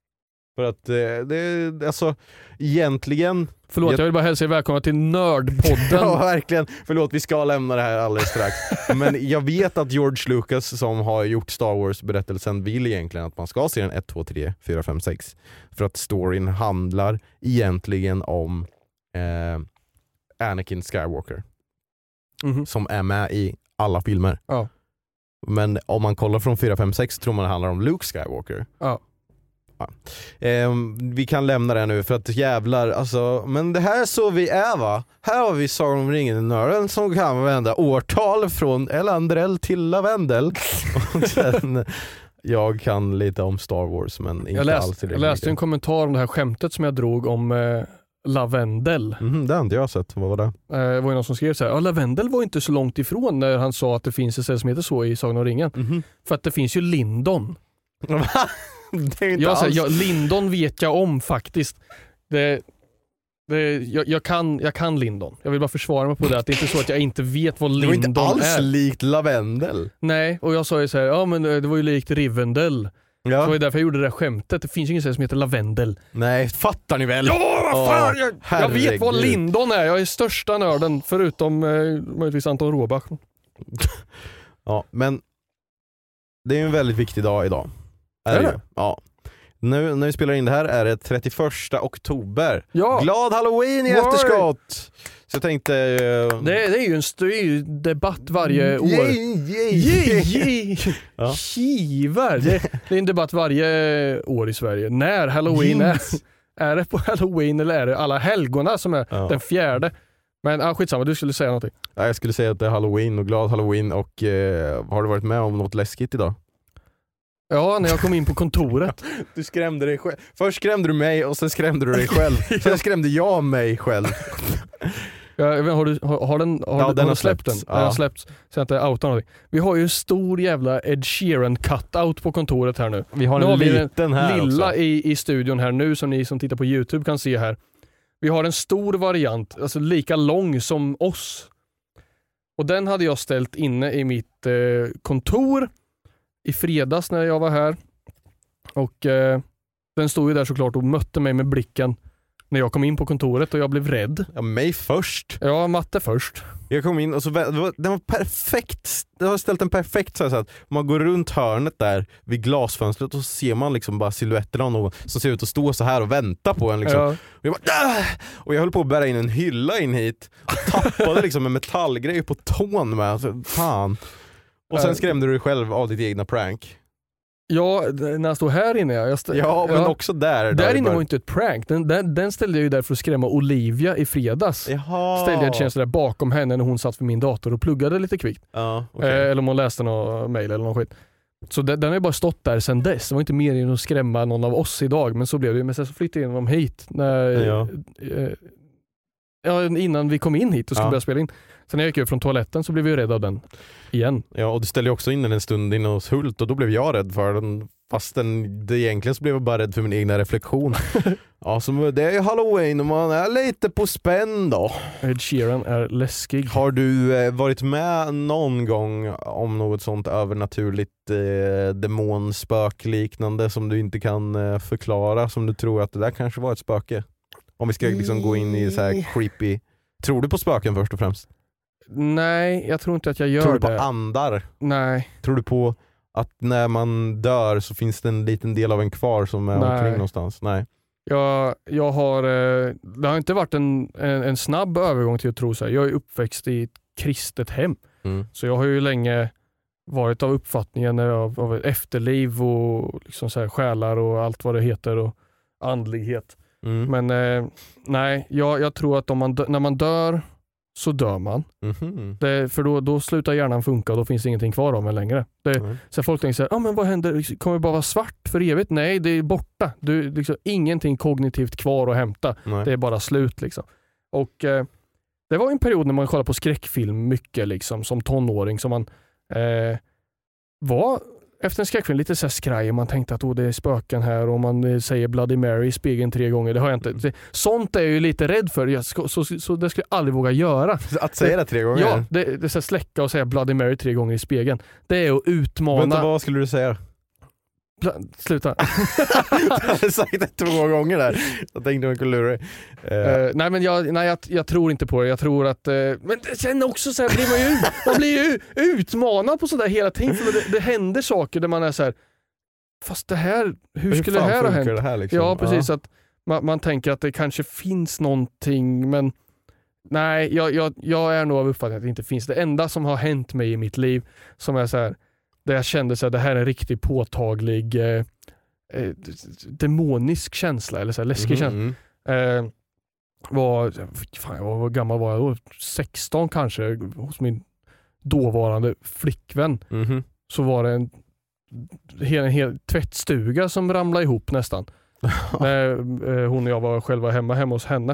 [SPEAKER 5] För att eh, det, alltså egentligen...
[SPEAKER 6] Förlåt, jag,
[SPEAKER 5] Jag-
[SPEAKER 6] vill bara hälsa er välkomna till Nördpodden.
[SPEAKER 5] Ja, verkligen. Förlåt, vi ska lämna det här alldeles strax. Men jag vet att George Lucas, som har gjort Star Wars-berättelsen, vill egentligen att man ska se den ett, två, tre, fyra, fem, sex. För att storyn handlar egentligen om eh, Anakin Skywalker,
[SPEAKER 6] Mhm.
[SPEAKER 5] som är med i alla filmer.
[SPEAKER 6] Ja.
[SPEAKER 5] Men om man kollar från fyra, fem, sex tror man det handlar om Luke Skywalker.
[SPEAKER 6] Ja.
[SPEAKER 5] Ja. Ehm, vi kan lämna det nu för att jävlar, alltså, men det här är så vi är, va? Här har vi Sagan om ringen-nörden som kan vända årtal från Elandrell till Lavendel. Och sen, jag kan lite om Star Wars, men inte
[SPEAKER 6] Jag,
[SPEAKER 5] alls
[SPEAKER 6] läst,
[SPEAKER 5] till det.
[SPEAKER 6] jag läste en kommentar om det här skämtet som jag drog om eh, Lavendel.
[SPEAKER 5] Mm, det har inte jag sett, vad var det?
[SPEAKER 6] Eh, det var ju någon som skrev så här, ja, Lavendel var inte så långt ifrån när han sa att det finns ett ställe som heter så i Sagan om ringen.
[SPEAKER 5] Mm-hmm.
[SPEAKER 6] För att det finns ju Lindon.
[SPEAKER 5] Det är inte
[SPEAKER 6] Jag,
[SPEAKER 5] alls.
[SPEAKER 6] säger, jag, Lindon vet jag om faktiskt. Det, det, jag, jag, kan, jag kan Lindon. Jag vill bara försvara mig på det. Att det är inte så att jag inte vet vad
[SPEAKER 5] det var
[SPEAKER 6] Lindon
[SPEAKER 5] inte alls
[SPEAKER 6] är.
[SPEAKER 5] likt Lavendel.
[SPEAKER 6] Nej, och jag sa ju så här, ja men det var ju likt Rivendell. Det var
[SPEAKER 5] Ja.
[SPEAKER 6] ju därför jag gjorde det där skämtet. Det finns ju inget ställe som heter Lavendel.
[SPEAKER 5] Nej, fattar ni väl?
[SPEAKER 6] Ja, vad fan!
[SPEAKER 5] Åh,
[SPEAKER 6] Jag, jag vet vad
[SPEAKER 5] herregud.
[SPEAKER 6] Lindon är. Jag är största nörden förutom eh, möjligtvis Anton Råbach.
[SPEAKER 5] Ja, men det är ju en väldigt viktig dag idag. Är
[SPEAKER 6] Är
[SPEAKER 5] det?
[SPEAKER 6] det?
[SPEAKER 5] Ju? Ja. Nu när vi spelar in det här är det trettioförsta oktober.
[SPEAKER 6] Ja,
[SPEAKER 5] Glad Halloween i
[SPEAKER 6] Why?
[SPEAKER 5] efterskott! Så jag tänkte... Uh...
[SPEAKER 6] det, det är ju en, st- det är ju debatt varje år.
[SPEAKER 5] Yay, yay,
[SPEAKER 6] Yay,
[SPEAKER 5] yay.
[SPEAKER 6] yay.
[SPEAKER 5] Ja.
[SPEAKER 6] Kivar. Det, det är en debatt varje år i Sverige. När Halloween är. Är det på Halloween eller är det alla helgona som är
[SPEAKER 5] Ja.
[SPEAKER 6] den fjärde? Men ah, skitsamma, du skulle säga någonting.
[SPEAKER 5] Ja, jag skulle säga att det är Halloween och glad Halloween. Och eh, har du varit med om något läskigt idag?
[SPEAKER 6] Ja, när jag kom in på kontoret.
[SPEAKER 5] Du skrämde dig själv. Först skrämde du mig och sen skrämde du dig själv. Sen skrämde jag mig själv.
[SPEAKER 6] Ja, jag vet, har, du, har, har den, har,
[SPEAKER 5] Ja,
[SPEAKER 6] du,
[SPEAKER 5] den
[SPEAKER 6] har
[SPEAKER 5] har
[SPEAKER 6] du släppt den?
[SPEAKER 5] släppts.
[SPEAKER 6] Den har
[SPEAKER 5] Ja.
[SPEAKER 6] släppts. Så jag inte outar någonting. Vi har ju en stor jävla Ed Sheeran cutout på kontoret här nu.
[SPEAKER 5] Vi har
[SPEAKER 6] Nu
[SPEAKER 5] en
[SPEAKER 6] har vi den
[SPEAKER 5] liten här
[SPEAKER 6] lilla
[SPEAKER 5] också.
[SPEAKER 6] i, i studion här nu som ni som tittar på YouTube kan se här. Vi har en stor variant, alltså lika lång som oss. Och den hade jag ställt inne i mitt eh, kontor i fredags när jag var här. Och eh, den stod ju där såklart och mötte mig med blicken när jag kom in på kontoret och jag blev rädd.
[SPEAKER 5] Ja, mig först.
[SPEAKER 6] Ja, Matte först.
[SPEAKER 5] Jag kom in och så det var, den var perfekt. Det har ställt en perfekt så här, så att man går runt hörnet där vid glasfönstret och så ser man liksom bara silhuetter av någon som ser ut att stå så här och vänta på en liksom. Ja. Och jag bara, Åh! Och jag höll på att bära in en hylla in hit och tappade liksom en metallgrej på tån med. Alltså, fan. Och sen skrämde du dig själv av ditt egna prank.
[SPEAKER 6] Ja, när jag stod här inne. Jag st-
[SPEAKER 5] ja, men ja. också där.
[SPEAKER 6] Där, där inne var inte ett prank. Den, den, den ställde jag ju där för att skrämma Olivia i fredags.
[SPEAKER 5] Jaha.
[SPEAKER 6] Ställde jag en tjänst där bakom henne när hon satt vid min dator och pluggade lite kvickt.
[SPEAKER 5] Ja, okay.
[SPEAKER 6] eh, eller om hon läste någon mail eller någon skit. Så den, den har ju bara stått där sedan dess. Det var inte mer än att skrämma någon av oss idag. Men så blev det. Men sen så flyttade jag in dem hit. När,
[SPEAKER 5] ja.
[SPEAKER 6] eh, ja, innan vi kom in hit och skulle ja. börja spela in. Sen när jag gick ut från toaletten så blev vi ju rädd av den igen.
[SPEAKER 5] Ja, och du ställde också in den en stund inne hos Hult och då blev jag rädd för den. Fast den, det egentligen så blev jag bara rädd för min egna reflektion. Ja, så det är ju Halloween och man är lite på spänn då.
[SPEAKER 6] Ed Sheeran är läskig.
[SPEAKER 5] Har du eh, varit med någon gång om något sånt övernaturligt eh, demonspökliknande som du inte kan eh, förklara, som du tror att det där kanske var ett spöke? Om vi ska liksom gå in i så här creepy. Tror du på spöken först och främst?
[SPEAKER 6] Nej, jag tror inte att jag gör det.
[SPEAKER 5] Tror du på
[SPEAKER 6] det.
[SPEAKER 5] andar?
[SPEAKER 6] Nej.
[SPEAKER 5] Tror du på att när man dör så finns det en liten del av en kvar som är
[SPEAKER 6] Nej.
[SPEAKER 5] omkring någonstans? Nej.
[SPEAKER 6] Jag, jag har, det har inte varit en, en, en snabb övergång till att tro så här. Jag är uppväxt i ett kristet hem. Mm. Så jag har ju länge varit av uppfattningen av, av efterliv och liksom så här själar och allt vad det heter och andlighet. Mm. Men eh, nej, jag, jag tror att om man dö, när man dör så dör man. Mm-hmm. Det, för då, då slutar hjärnan funka och då finns det ingenting kvar av en längre. Det, mm. Så folk tänker så här, ah, men vad händer? Kommer det bara vara svart för evigt? Nej, det är borta. Du, liksom, ingenting kognitivt kvar att hämta. Nej. Det är bara slut. Liksom. Och eh, det var en period när man kollade på skräckfilm mycket liksom, som tonåring. Som man eh, var efter en skräckfilm lite så här skraj. Man tänkte att oh, det är spöken här och man säger Bloody Mary i spegeln tre gånger. Det har jag inte. Sånt är jag ju lite rädd för. Jag ska, så, så det skulle jag aldrig våga göra.
[SPEAKER 5] Att säga det tre gånger?
[SPEAKER 6] Ja, det, det är släcka och säga Bloody Mary tre gånger i spegeln. Det är att utmana.
[SPEAKER 5] Vänta, vad skulle du säga?
[SPEAKER 6] Pla- Sluta.
[SPEAKER 5] Jag hade sagt det två gånger där. Jag tänkte att jag lura dig. Uh.
[SPEAKER 6] Uh, nej, men jag, nej, jag, jag tror inte på det. Jag tror att... Uh, men sen också så här blir man ju, man blir ju utmanad på sådär hela tiden. För det, det händer saker där man är så här. Fast det här... Hur skulle hur det här ha hänt?
[SPEAKER 5] Det här, liksom?
[SPEAKER 6] Ja, precis. Uh. Att man, man tänker att det kanske finns någonting, men... Nej, jag, jag, jag är nog av uppfattningen att det inte finns. Det enda som har hänt mig i mitt liv som är så här... Där jag kände att det här är en riktigt påtaglig eh, eh, demonisk känsla, eller så här, läskig
[SPEAKER 5] mm-hmm.
[SPEAKER 6] känsla. Eh, var, fan, jag var, var gammal var jag då? sexton kanske, hos min dåvarande flickvän. Mm-hmm. Så var det en hel, en hel tvättstuga som ramlade ihop nästan. När eh, hon och jag var själva hemma, hemma hos henne.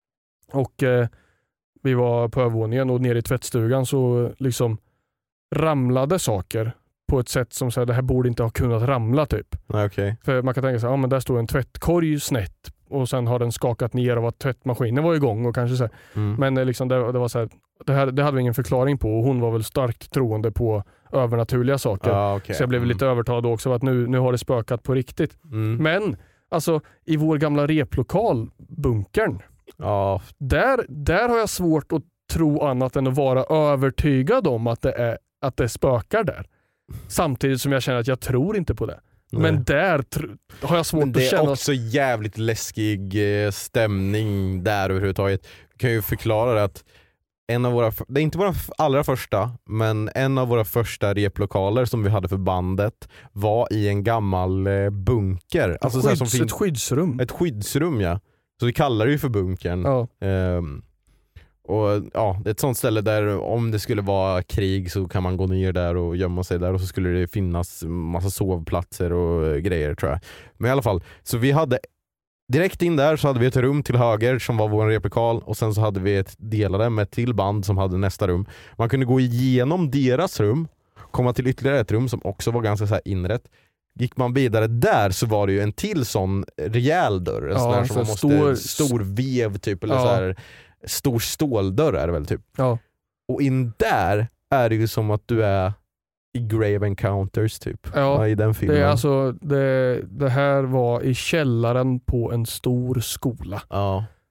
[SPEAKER 6] Och eh, vi var på övervåningen och nere i tvättstugan så liksom ramlade saker på ett sätt som så här, det här borde inte ha kunnat ramla typ.
[SPEAKER 5] Nej, okay.
[SPEAKER 6] För man kan tänka sig, ja men där står en tvättkorg snett och sen har den skakat ner av att tvättmaskinen var igång och kanske så här. Mm. Men liksom det, det var så här, det, här, det hade vi ingen förklaring på och hon var väl starkt troende på övernaturliga saker.
[SPEAKER 5] Ah, okay.
[SPEAKER 6] Så jag blev mm. lite övertalad också av att nu, nu har det spökat på riktigt. Mm. Men alltså i vår gamla replokal bunkern
[SPEAKER 5] ah.
[SPEAKER 6] där, där har jag svårt att tro annat än att vara övertygad om att det är att det spökar där. Samtidigt som jag känner att jag tror inte på det. Nej. Men där tr- har jag svårt att känna.
[SPEAKER 5] Det är också jävligt läskig stämning där överhuvudtaget. Jag kan ju förklara det att en av våra, det är inte våra allra första, men en av våra första replokaler som vi hade för bandet var i en gammal bunker.
[SPEAKER 6] Ett,
[SPEAKER 5] alltså
[SPEAKER 6] skydds,
[SPEAKER 5] så här som fin-
[SPEAKER 6] ett skyddsrum.
[SPEAKER 5] Ett skyddsrum, ja. Så vi kallar det ju för bunkern.
[SPEAKER 6] Ja.
[SPEAKER 5] Um, Och ja, det är ett sånt ställe där om det skulle vara krig så kan man gå ner där och gömma sig där och så skulle det finnas massa sovplatser och grejer tror jag. Men i alla fall, så vi hade direkt in där så hade vi ett rum till höger som var vår replikal och sen så hade vi ett delade med ett till band som hade nästa rum. Man kunde gå igenom deras rum, komma till ytterligare ett rum som också var ganska så här inrätt. Gick man vidare där så var det ju en till sån rejäl dörr. En
[SPEAKER 6] ja,
[SPEAKER 5] sån där som man måste,
[SPEAKER 6] stor,
[SPEAKER 5] stor vev typ eller
[SPEAKER 6] ja.
[SPEAKER 5] så här. Stor ståldörr är det väl typ.
[SPEAKER 6] Ja.
[SPEAKER 5] Och in där är det ju som att du är i Grave Encounters typ.
[SPEAKER 6] Ja,
[SPEAKER 5] i den filmen.
[SPEAKER 6] Det, är alltså, det, det här var i källaren på en stor skola.
[SPEAKER 5] Ja.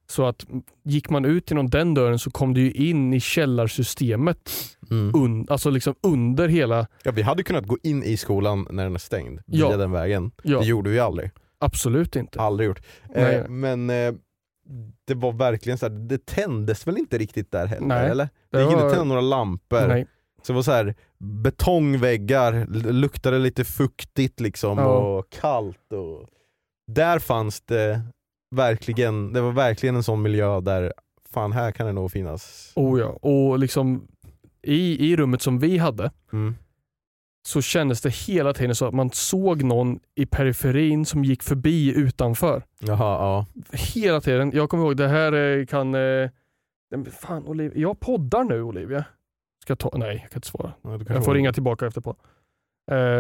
[SPEAKER 6] Så att gick man ut genom den dörren så kom du ju in i källarsystemet. Mm. Un, alltså liksom under hela...
[SPEAKER 5] Ja, vi hade kunnat gå in i skolan när den är stängd. Via
[SPEAKER 6] ja.
[SPEAKER 5] den vägen.
[SPEAKER 6] Ja.
[SPEAKER 5] Det gjorde vi aldrig.
[SPEAKER 6] Absolut inte.
[SPEAKER 5] Aldrig gjort. Eh, men eh, det var verkligen så här, det tändes väl inte riktigt där heller,
[SPEAKER 6] Nej,
[SPEAKER 5] eller?
[SPEAKER 6] Det
[SPEAKER 5] gick
[SPEAKER 6] var...
[SPEAKER 5] inte tända några lampor.
[SPEAKER 6] Nej.
[SPEAKER 5] Så det var så här betongväggar, luktade lite fuktigt liksom, ja. Och kallt. Och... Där fanns det verkligen, det var verkligen en sån miljö där fan, här kan det nog finnas.
[SPEAKER 6] Oh ja, och liksom i, i rummet som vi hade mm. så kändes det hela tiden så att man såg någon i periferin som gick förbi utanför.
[SPEAKER 5] Jaha, ja.
[SPEAKER 6] Hela tiden. Jag kommer ihåg, det här kan... Eh, fan, Olivia. Jag poddar nu, Olivia. Ska jag ta? Nej, jag kan inte svara. Ja, jag får ihåg. Ringa tillbaka efter på. Eh,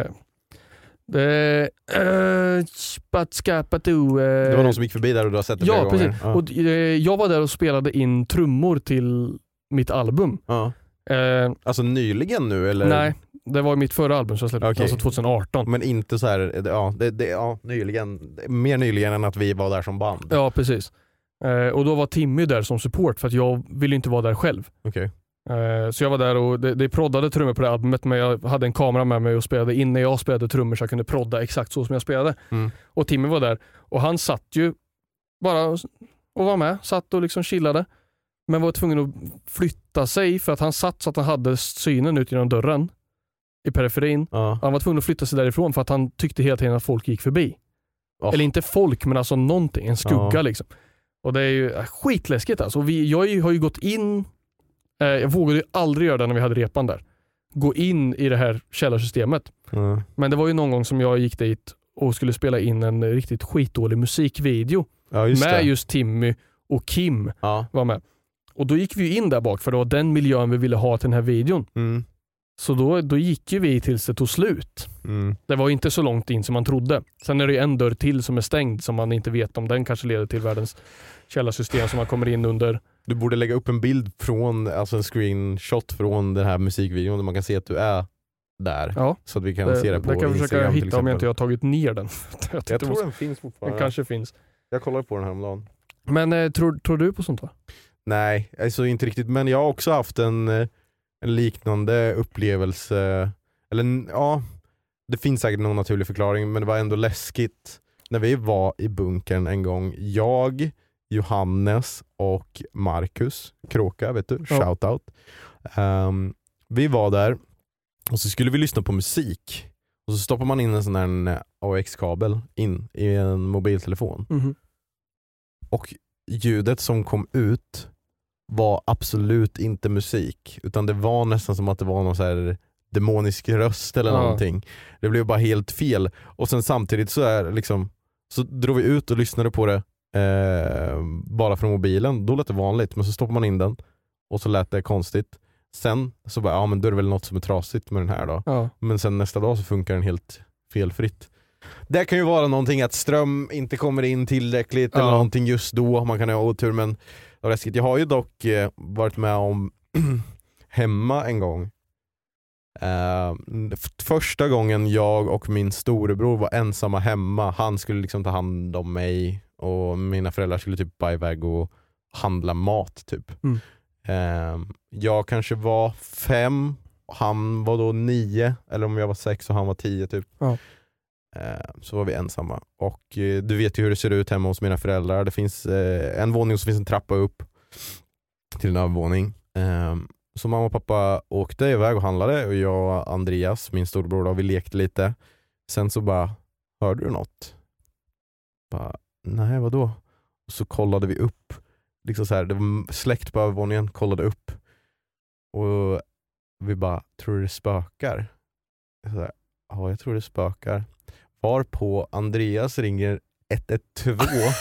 [SPEAKER 6] det, eh, spatskapatu, eh,
[SPEAKER 5] det var någon som gick förbi där och du har sett det
[SPEAKER 6] ja,
[SPEAKER 5] flera
[SPEAKER 6] precis.
[SPEAKER 5] gånger. Ja,
[SPEAKER 6] och eh, jag var där och spelade in trummor till mitt album.
[SPEAKER 5] Ja.
[SPEAKER 6] Eh,
[SPEAKER 5] alltså nyligen nu, eller?
[SPEAKER 6] Nej, det var mitt förra album som jag släppte, okay. Alltså tjugo arton.
[SPEAKER 5] Men inte så här, ja, det, det, ja, nyligen, mer nyligen än att vi var där som band.
[SPEAKER 6] Ja, precis. Eh, och då var Timmy där som support för att jag ville inte vara där själv.
[SPEAKER 5] Okej.
[SPEAKER 6] Eh, så jag var där och det, det proddade trummor på det albumet, men jag hade en kamera med mig och spelade in när jag spelade trummor så jag kunde prodda exakt så som jag spelade. Mm. Och Timmy var där och han satt ju bara och var med, satt och liksom chillade, men var tvungen att flytta sig för att han satt så att han hade synen ut genom dörren i periferin. Ja. Han var tvungen att flytta sig därifrån för att han tyckte hela tiden att folk gick förbi. Oh. Eller inte folk, men alltså någonting, en skugga ja. Liksom. Och det är ju skitläskigt alltså. Vi, jag har ju gått in, eh, jag vågade ju aldrig göra det när vi hade repan där. Gå in i det här källarsystemet. Mm. Men det var ju någon gång som jag gick dit och skulle spela in en riktigt skitdålig musikvideo. Ja, just med det. Just Timmy och Kim ja. Var med. Och då gick vi in där bak för det var den miljön vi ville ha till den här videon. Mm. Så då, då gick ju vi tills det tog slut. Mm. Det var inte så långt in som man trodde. Sen är det en dörr till som är stängd som man inte vet om den kanske leder till världens källarsystem som man kommer in under.
[SPEAKER 5] Du borde lägga upp en bild från, alltså en screenshot från den här musikvideon där man kan se att du är där. Ja. Så att vi kan det, se det på Instagram.
[SPEAKER 6] Det kan jag försöka hitta om jag inte har tagit ner den.
[SPEAKER 5] jag, jag tror måste, den finns fortfarande.
[SPEAKER 6] Den kanske finns.
[SPEAKER 5] Jag kollar på den här om dagen.
[SPEAKER 6] Men eh, tror, tror du på sånt va?
[SPEAKER 5] Nej, alltså inte riktigt. Men jag har också haft en, en liknande upplevelse. Eller ja, det finns säkert någon naturlig förklaring, men det var ändå läskigt när vi var i bunkern en gång. Jag, Johannes och Marcus Kråka, vet du, ja. Shoutout. Um, vi var där och så skulle vi lyssna på musik. Och så stoppar man in en sån här A X-kabel in i en mobiltelefon. Mm-hmm. Och ljudet som kom ut var absolut inte musik, utan det var nästan som att det var någon så här demonisk röst eller ja. Någonting. Det blev bara helt fel. Och sen samtidigt så är liksom, så drog vi ut och lyssnade på det eh, bara från mobilen. Då lät det vanligt, men så stoppar man in den och så lät det konstigt. Sen så bara, ja men då är det väl något som är trasigt med den här då. Ja. Men sen nästa dag så funkar den helt felfritt. Det kan ju vara någonting att ström inte kommer in tillräckligt ja. Eller någonting just då. Man kan ha otur, men jag har ju dock eh, varit med om hemma en gång. Eh, första gången jag och min storebror var ensamma hemma. Han skulle liksom ta hand om mig och mina föräldrar skulle typ bara iväg och handla mat typ. Mm. Eh, jag kanske var fem, han var då nio, eller om jag var sex och han var tio typ. Ja. Så var vi ensamma. Och eh, du vet ju hur det ser ut hemma hos mina föräldrar. Det finns eh, en våning och så finns en trappa upp till en övervåning. Eh, så mamma och pappa åkte iväg och handlade. Och jag och Andreas, min storbror då, vi lekte lite. Sen så bara, hörde du något? Bara, nej vadå? Och så kollade vi upp. Liksom så här, det var släkt på övervåningen, kollade upp. Och vi bara, tror du det spökar? Så här, ja, jag tror det spökar. Var på Andreas ringer ett ett två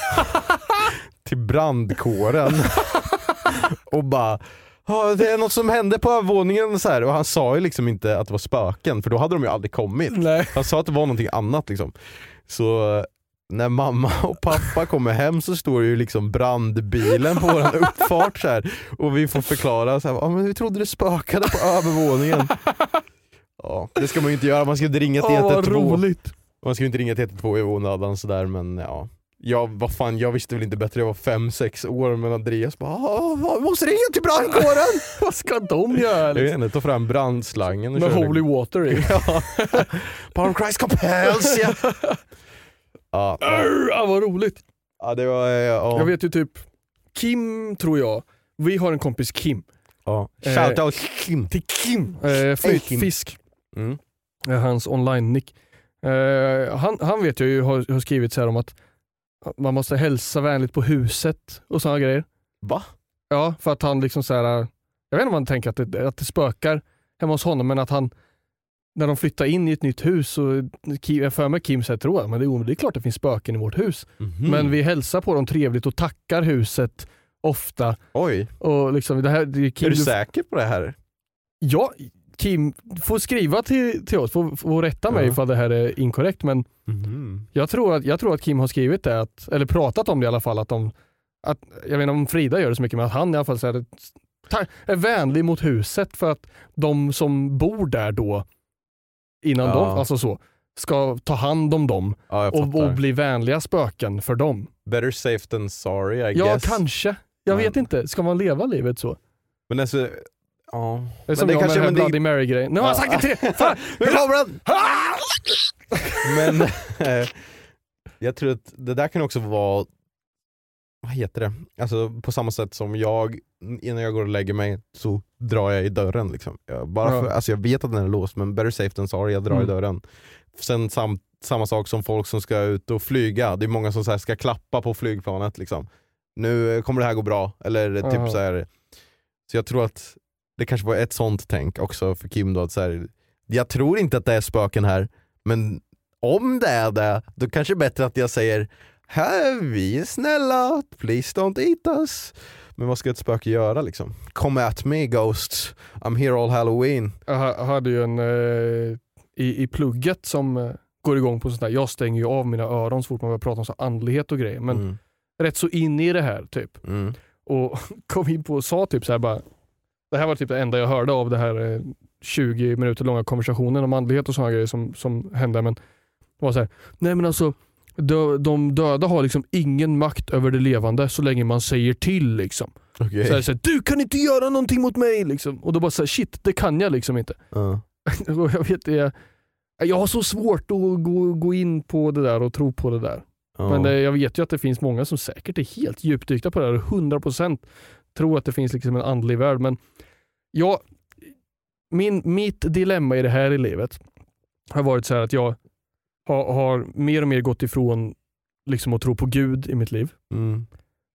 [SPEAKER 5] till brandkåren och bara, ja, det är något som hände på övervåningen så här. Och han sa ju liksom inte att det var spöken, för då hade de ju aldrig kommit. Nej. Han sa att det var någonting annat liksom. Så när mamma och pappa kommer hem så står ju liksom brandbilen på våran uppfart så här, och vi får förklara så här, ja men vi trodde det spökade på övervåningen. Ja, det ska man ju inte göra, man ska inte ringa till ett ett två.
[SPEAKER 6] Vad roligt.
[SPEAKER 5] Man ska ju inte ringa till ett ett två i onödan sådär, men ja. Ja, vad fan, jag visste väl inte bättre. Jag var fem, sex år, men Andreas bara, vi måste ringa till brandkåren.
[SPEAKER 6] Vad ska de göra?
[SPEAKER 5] Jag vet inte, ta fram brandslangen och
[SPEAKER 6] med
[SPEAKER 5] köra
[SPEAKER 6] holy
[SPEAKER 5] det.
[SPEAKER 6] water i.
[SPEAKER 5] Ja. Power of Christ compels, ja. Ja, ja.
[SPEAKER 6] Ja, vad roligt.
[SPEAKER 5] Ja, det var, ja.
[SPEAKER 6] Jag vet ju typ Kim, tror jag. Vi har en kompis Kim.
[SPEAKER 5] Ja.
[SPEAKER 6] Eh,
[SPEAKER 5] Shout out Kim.
[SPEAKER 6] Till Kim. Eh, Flytfisk.
[SPEAKER 5] Mm.
[SPEAKER 6] Eh, hans online-nick. Eh, han, han vet jag ju har, har skrivit så här om att man måste hälsa vänligt på huset och sådana grejer.
[SPEAKER 5] Va?
[SPEAKER 6] Ja, för att han liksom så här, jag vet inte om man tänker att det, att det spökar hemma hos honom, men att han, när de flyttar in i ett nytt hus, så jag för mig Kim säger, tror jag, men det är, det är klart det finns spöken i vårt hus.
[SPEAKER 5] Mm-hmm.
[SPEAKER 6] Men vi hälsar på dem trevligt och tackar huset ofta.
[SPEAKER 5] Oj.
[SPEAKER 6] Och liksom, det här, det är, Kim,
[SPEAKER 5] är du
[SPEAKER 6] du,
[SPEAKER 5] säker på det här?
[SPEAKER 6] ja, Kim får skriva till, till oss, får, får rätta mig
[SPEAKER 5] Ja.
[SPEAKER 6] för det här är inkorrekt, men
[SPEAKER 5] Mm-hmm.
[SPEAKER 6] jag tror, att, jag tror att Kim har skrivit det, att, eller pratat om det i alla fall, att de, att, jag vet inte om Frida gör det så mycket, men att han i alla fall så här, är vänlig mot huset för att de som bor där då, innan
[SPEAKER 5] Ja.
[SPEAKER 6] de, alltså så, ska ta hand om dem
[SPEAKER 5] Ja, jag
[SPEAKER 6] och,
[SPEAKER 5] fattar.
[SPEAKER 6] och bli vänliga spöken för dem.
[SPEAKER 5] Better safe than sorry, I
[SPEAKER 6] Ja,
[SPEAKER 5] guess.
[SPEAKER 6] kanske. Jag
[SPEAKER 5] Men-
[SPEAKER 6] vet inte. Ska man leva livet så?
[SPEAKER 5] Men alltså, ja.
[SPEAKER 6] Det är som
[SPEAKER 5] det
[SPEAKER 6] jag
[SPEAKER 5] kanske-
[SPEAKER 6] med den
[SPEAKER 5] men
[SPEAKER 6] här
[SPEAKER 5] det-
[SPEAKER 6] Bloody Mary-grejen. Nu har jag
[SPEAKER 5] Ja.
[SPEAKER 6] sagt det tre! Fan!
[SPEAKER 5] Nu kommer den! Men eh, jag tror att det där kan också vara, vad heter det? Alltså på samma sätt som jag, innan jag går och lägger mig så drar jag i dörren liksom. Jag, bara
[SPEAKER 6] Ja.
[SPEAKER 5] för, alltså jag vet att den är låst, men better safe than sorry, jag drar
[SPEAKER 6] Mm.
[SPEAKER 5] i dörren. Sen sam, samma sak som folk som ska ut och flyga. Det är många som så här ska klappa på flygplanet liksom. Nu kommer det här gå bra. Eller typ
[SPEAKER 6] Aha.
[SPEAKER 5] så här. Så jag tror att det kanske var ett sånt tänk också för Kim då, att så här, jag tror inte att det är spöken här, men om det är det, då kanske det är bättre att jag säger, här, vi är snälla, please don't eat us. Men vad ska ett spöke göra liksom? Come at me ghosts, I'm here all Halloween.
[SPEAKER 6] Jag ha- hade ju en eh, i, i plugget som eh, går igång på sånt där. Jag stänger ju av mina öron så fort man börjar prata om så andlighet och grejer. Men
[SPEAKER 5] mm.
[SPEAKER 6] rätt så in i det här typ.
[SPEAKER 5] Mm.
[SPEAKER 6] Och kom in på och sa typ så här bara, det här var typ det enda jag hörde av det här eh, tjugo minuter långa konversationen om andlighet och sådana grejer som, som hände. Men det var så här, nej men alltså de, de döda har liksom ingen makt över det levande så länge man säger till liksom.
[SPEAKER 5] Okay.
[SPEAKER 6] Så här, så här, du kan inte göra någonting mot mig liksom. Och då bara så här, shit, det kan jag liksom inte.
[SPEAKER 5] uh.
[SPEAKER 6] Och jag vet det, jag har så svårt att gå, gå in på det där och tro på det där.
[SPEAKER 5] uh.
[SPEAKER 6] Men det, jag vet ju att det finns många som säkert är helt djupdykta på det här och hundra procent tror att det finns liksom en andlig värld. Men jag, min, mitt dilemma i det här i livet har varit så här att jag har, har mer och mer gått ifrån liksom att tro på Gud i mitt liv.
[SPEAKER 5] Mm.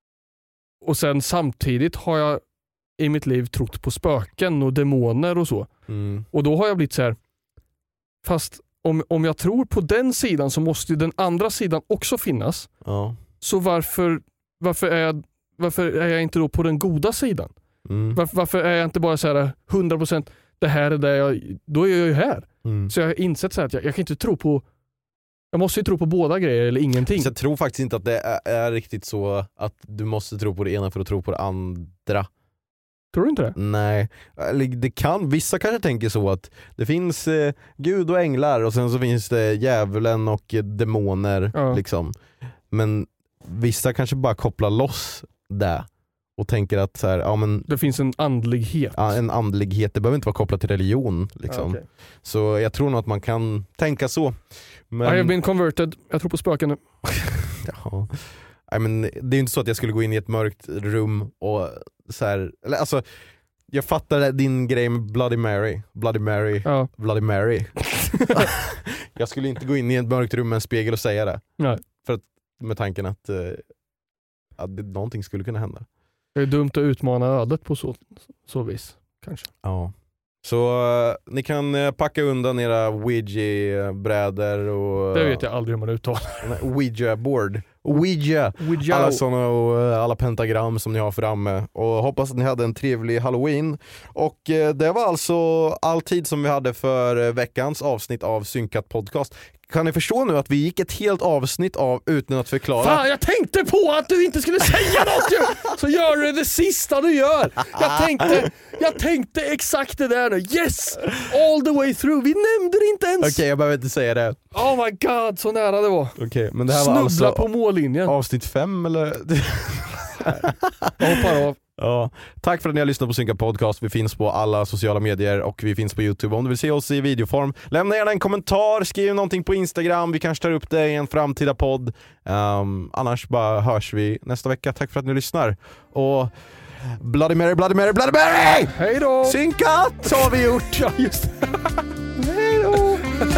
[SPEAKER 6] Och sen samtidigt har jag i mitt liv trott på spöken och demoner och så.
[SPEAKER 5] Mm.
[SPEAKER 6] Och då har jag blivit så här, fast om, om jag tror på den sidan så måste ju den andra sidan också finnas.
[SPEAKER 5] Ja.
[SPEAKER 6] Så varför, varför, är jag, varför är jag inte då på den goda sidan?
[SPEAKER 5] Mm.
[SPEAKER 6] Varför, varför är jag inte bara så här hundra procent det här är det jag, då är jag ju här.
[SPEAKER 5] Mm.
[SPEAKER 6] Så jag har insett så här att jag, jag kan inte tro på, jag måste ju tro på båda grejer eller ingenting.
[SPEAKER 5] Så jag tror faktiskt inte att det är, är riktigt så att du måste tro på det ena för att tro på det andra.
[SPEAKER 6] Tror du inte det?
[SPEAKER 5] Nej, eller det kan, vissa kanske tänker så att det finns eh, Gud och änglar och sen så finns det djävulen och eh, demoner
[SPEAKER 6] Ja.
[SPEAKER 5] liksom. Men vissa kanske bara kopplar loss det och tänker att så här, ja, men,
[SPEAKER 6] Det finns en andlighet.
[SPEAKER 5] ja, en andlighet, det behöver inte vara kopplat till religion liksom.
[SPEAKER 6] Ja, okej.
[SPEAKER 5] Så jag tror nog att man kan tänka så. Men,
[SPEAKER 6] I have been converted. Jag tror på spöken nu.
[SPEAKER 5] ja. Nej, men det är inte så att jag skulle gå in i ett mörkt rum och så här, eller alltså jag fattar din grej med Bloody Mary Bloody Mary,
[SPEAKER 6] Ja.
[SPEAKER 5] Bloody Mary. Jag skulle inte gå in i ett mörkt rum med en spegel och säga det.
[SPEAKER 6] Nej.
[SPEAKER 5] För att, med tanken att, eh, att det, någonting skulle kunna hända.
[SPEAKER 6] Det är dumt att utmana ödet på så, så vis. Kanske.
[SPEAKER 5] Ja. Så uh, ni kan uh, packa undan era Ouija-brädor och
[SPEAKER 6] Det vet jag aldrig hur man uttalar.
[SPEAKER 5] Ouija-board. Ouija.
[SPEAKER 6] Ouija.
[SPEAKER 5] Alla såna och uh, alla pentagram som ni har framme. Och hoppas att ni hade en trevlig Halloween. Och uh, det var alltså all tid som vi hade för uh, veckans avsnitt av Synkat Podcast. kan ni förstå nu att vi gick ett helt avsnitt av utan att förklara?
[SPEAKER 6] Fan, jag tänkte på att du inte skulle säga något ju! Så gör du det sista du gör. Jag tänkte, jag tänkte exakt det där nu. Yes! All the way through. Vi nämnde det inte ens.
[SPEAKER 5] Okej, okay, jag behöver inte säga det.
[SPEAKER 6] Oh my god, så nära det var.
[SPEAKER 5] Okej, okay, men det här
[SPEAKER 6] Snubbla
[SPEAKER 5] var alltså
[SPEAKER 6] på mållinjen.
[SPEAKER 5] Avsnitt fem eller?
[SPEAKER 6] Jag hoppar av.
[SPEAKER 5] Ja. Tack för att ni har lyssnat på Synkat Podcast. Vi finns på alla sociala medier och vi finns på YouTube. Om du vill se oss i videoform, lämna gärna en kommentar, skriv någonting på Instagram. Vi kanske tar upp det i en framtida podd. Um, annars bara hörs vi nästa vecka. Tack för att ni lyssnar. Och Bloody Mary, Bloody Mary, Bloody Mary!
[SPEAKER 6] Hej då!
[SPEAKER 5] Synkat har vi gjort!
[SPEAKER 6] Ja, just det.
[SPEAKER 5] Hej då!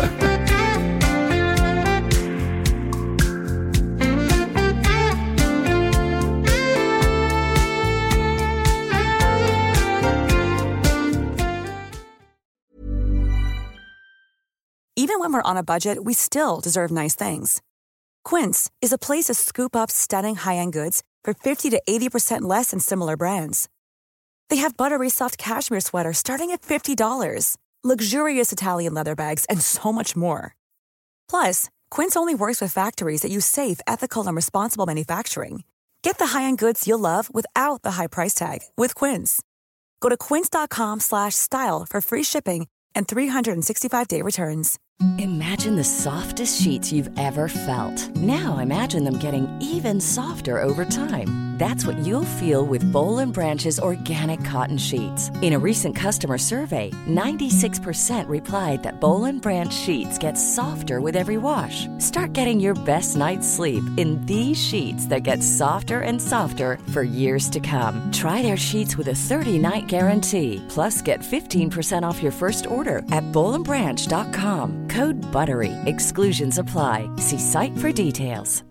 [SPEAKER 7] Even when we're on a budget, we still deserve nice things. Quince is a place to scoop up stunning high-end goods for fifty to eighty percent less than similar brands. They have buttery soft cashmere sweaters starting at fifty dollars, luxurious Italian leather bags, and so much more. Plus, Quince only works with factories that use safe, ethical, and responsible manufacturing. Get the high-end goods you'll love without the high price tag with Quince. Go to quince.com slash style for free shipping and three sixty-five day returns.
[SPEAKER 2] Imagine the softest sheets you've ever felt. Now imagine them getting even softer over time. That's what you'll feel with Boll and Branch's organic cotton sheets. In a recent customer survey, ninety-six percent replied that Boll and Branch sheets get softer with every wash. Start getting your best night's sleep in these sheets that get softer and softer for years to come. Try their sheets with a thirty-night guarantee. Plus, get fifteen percent off your first order at boll and branch dot com. Code BUTTERY. Exclusions apply. See site for details.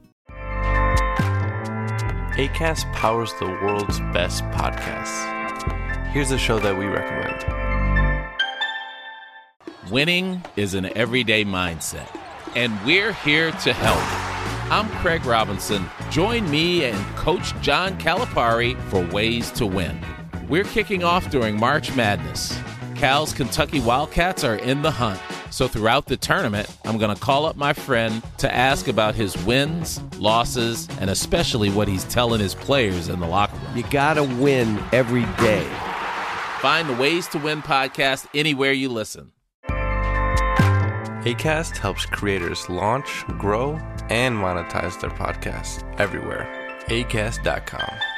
[SPEAKER 8] Acast powers the world's best podcasts. Here's a show that we recommend.
[SPEAKER 9] Winning is an everyday mindset, and we're here to help. I'm Craig Robinson. Join me and Coach John Calipari for Ways to Win. We're kicking off during March Madness. Cal's Kentucky Wildcats are in the hunt. So throughout the tournament, I'm going to call up my friend to ask about his wins, losses, and especially what he's telling his players in the locker room.
[SPEAKER 10] You got to win every day.
[SPEAKER 9] Find the Ways to Win podcast anywhere you listen.
[SPEAKER 8] Acast helps creators launch, grow, and monetize their podcasts everywhere. acast dot com.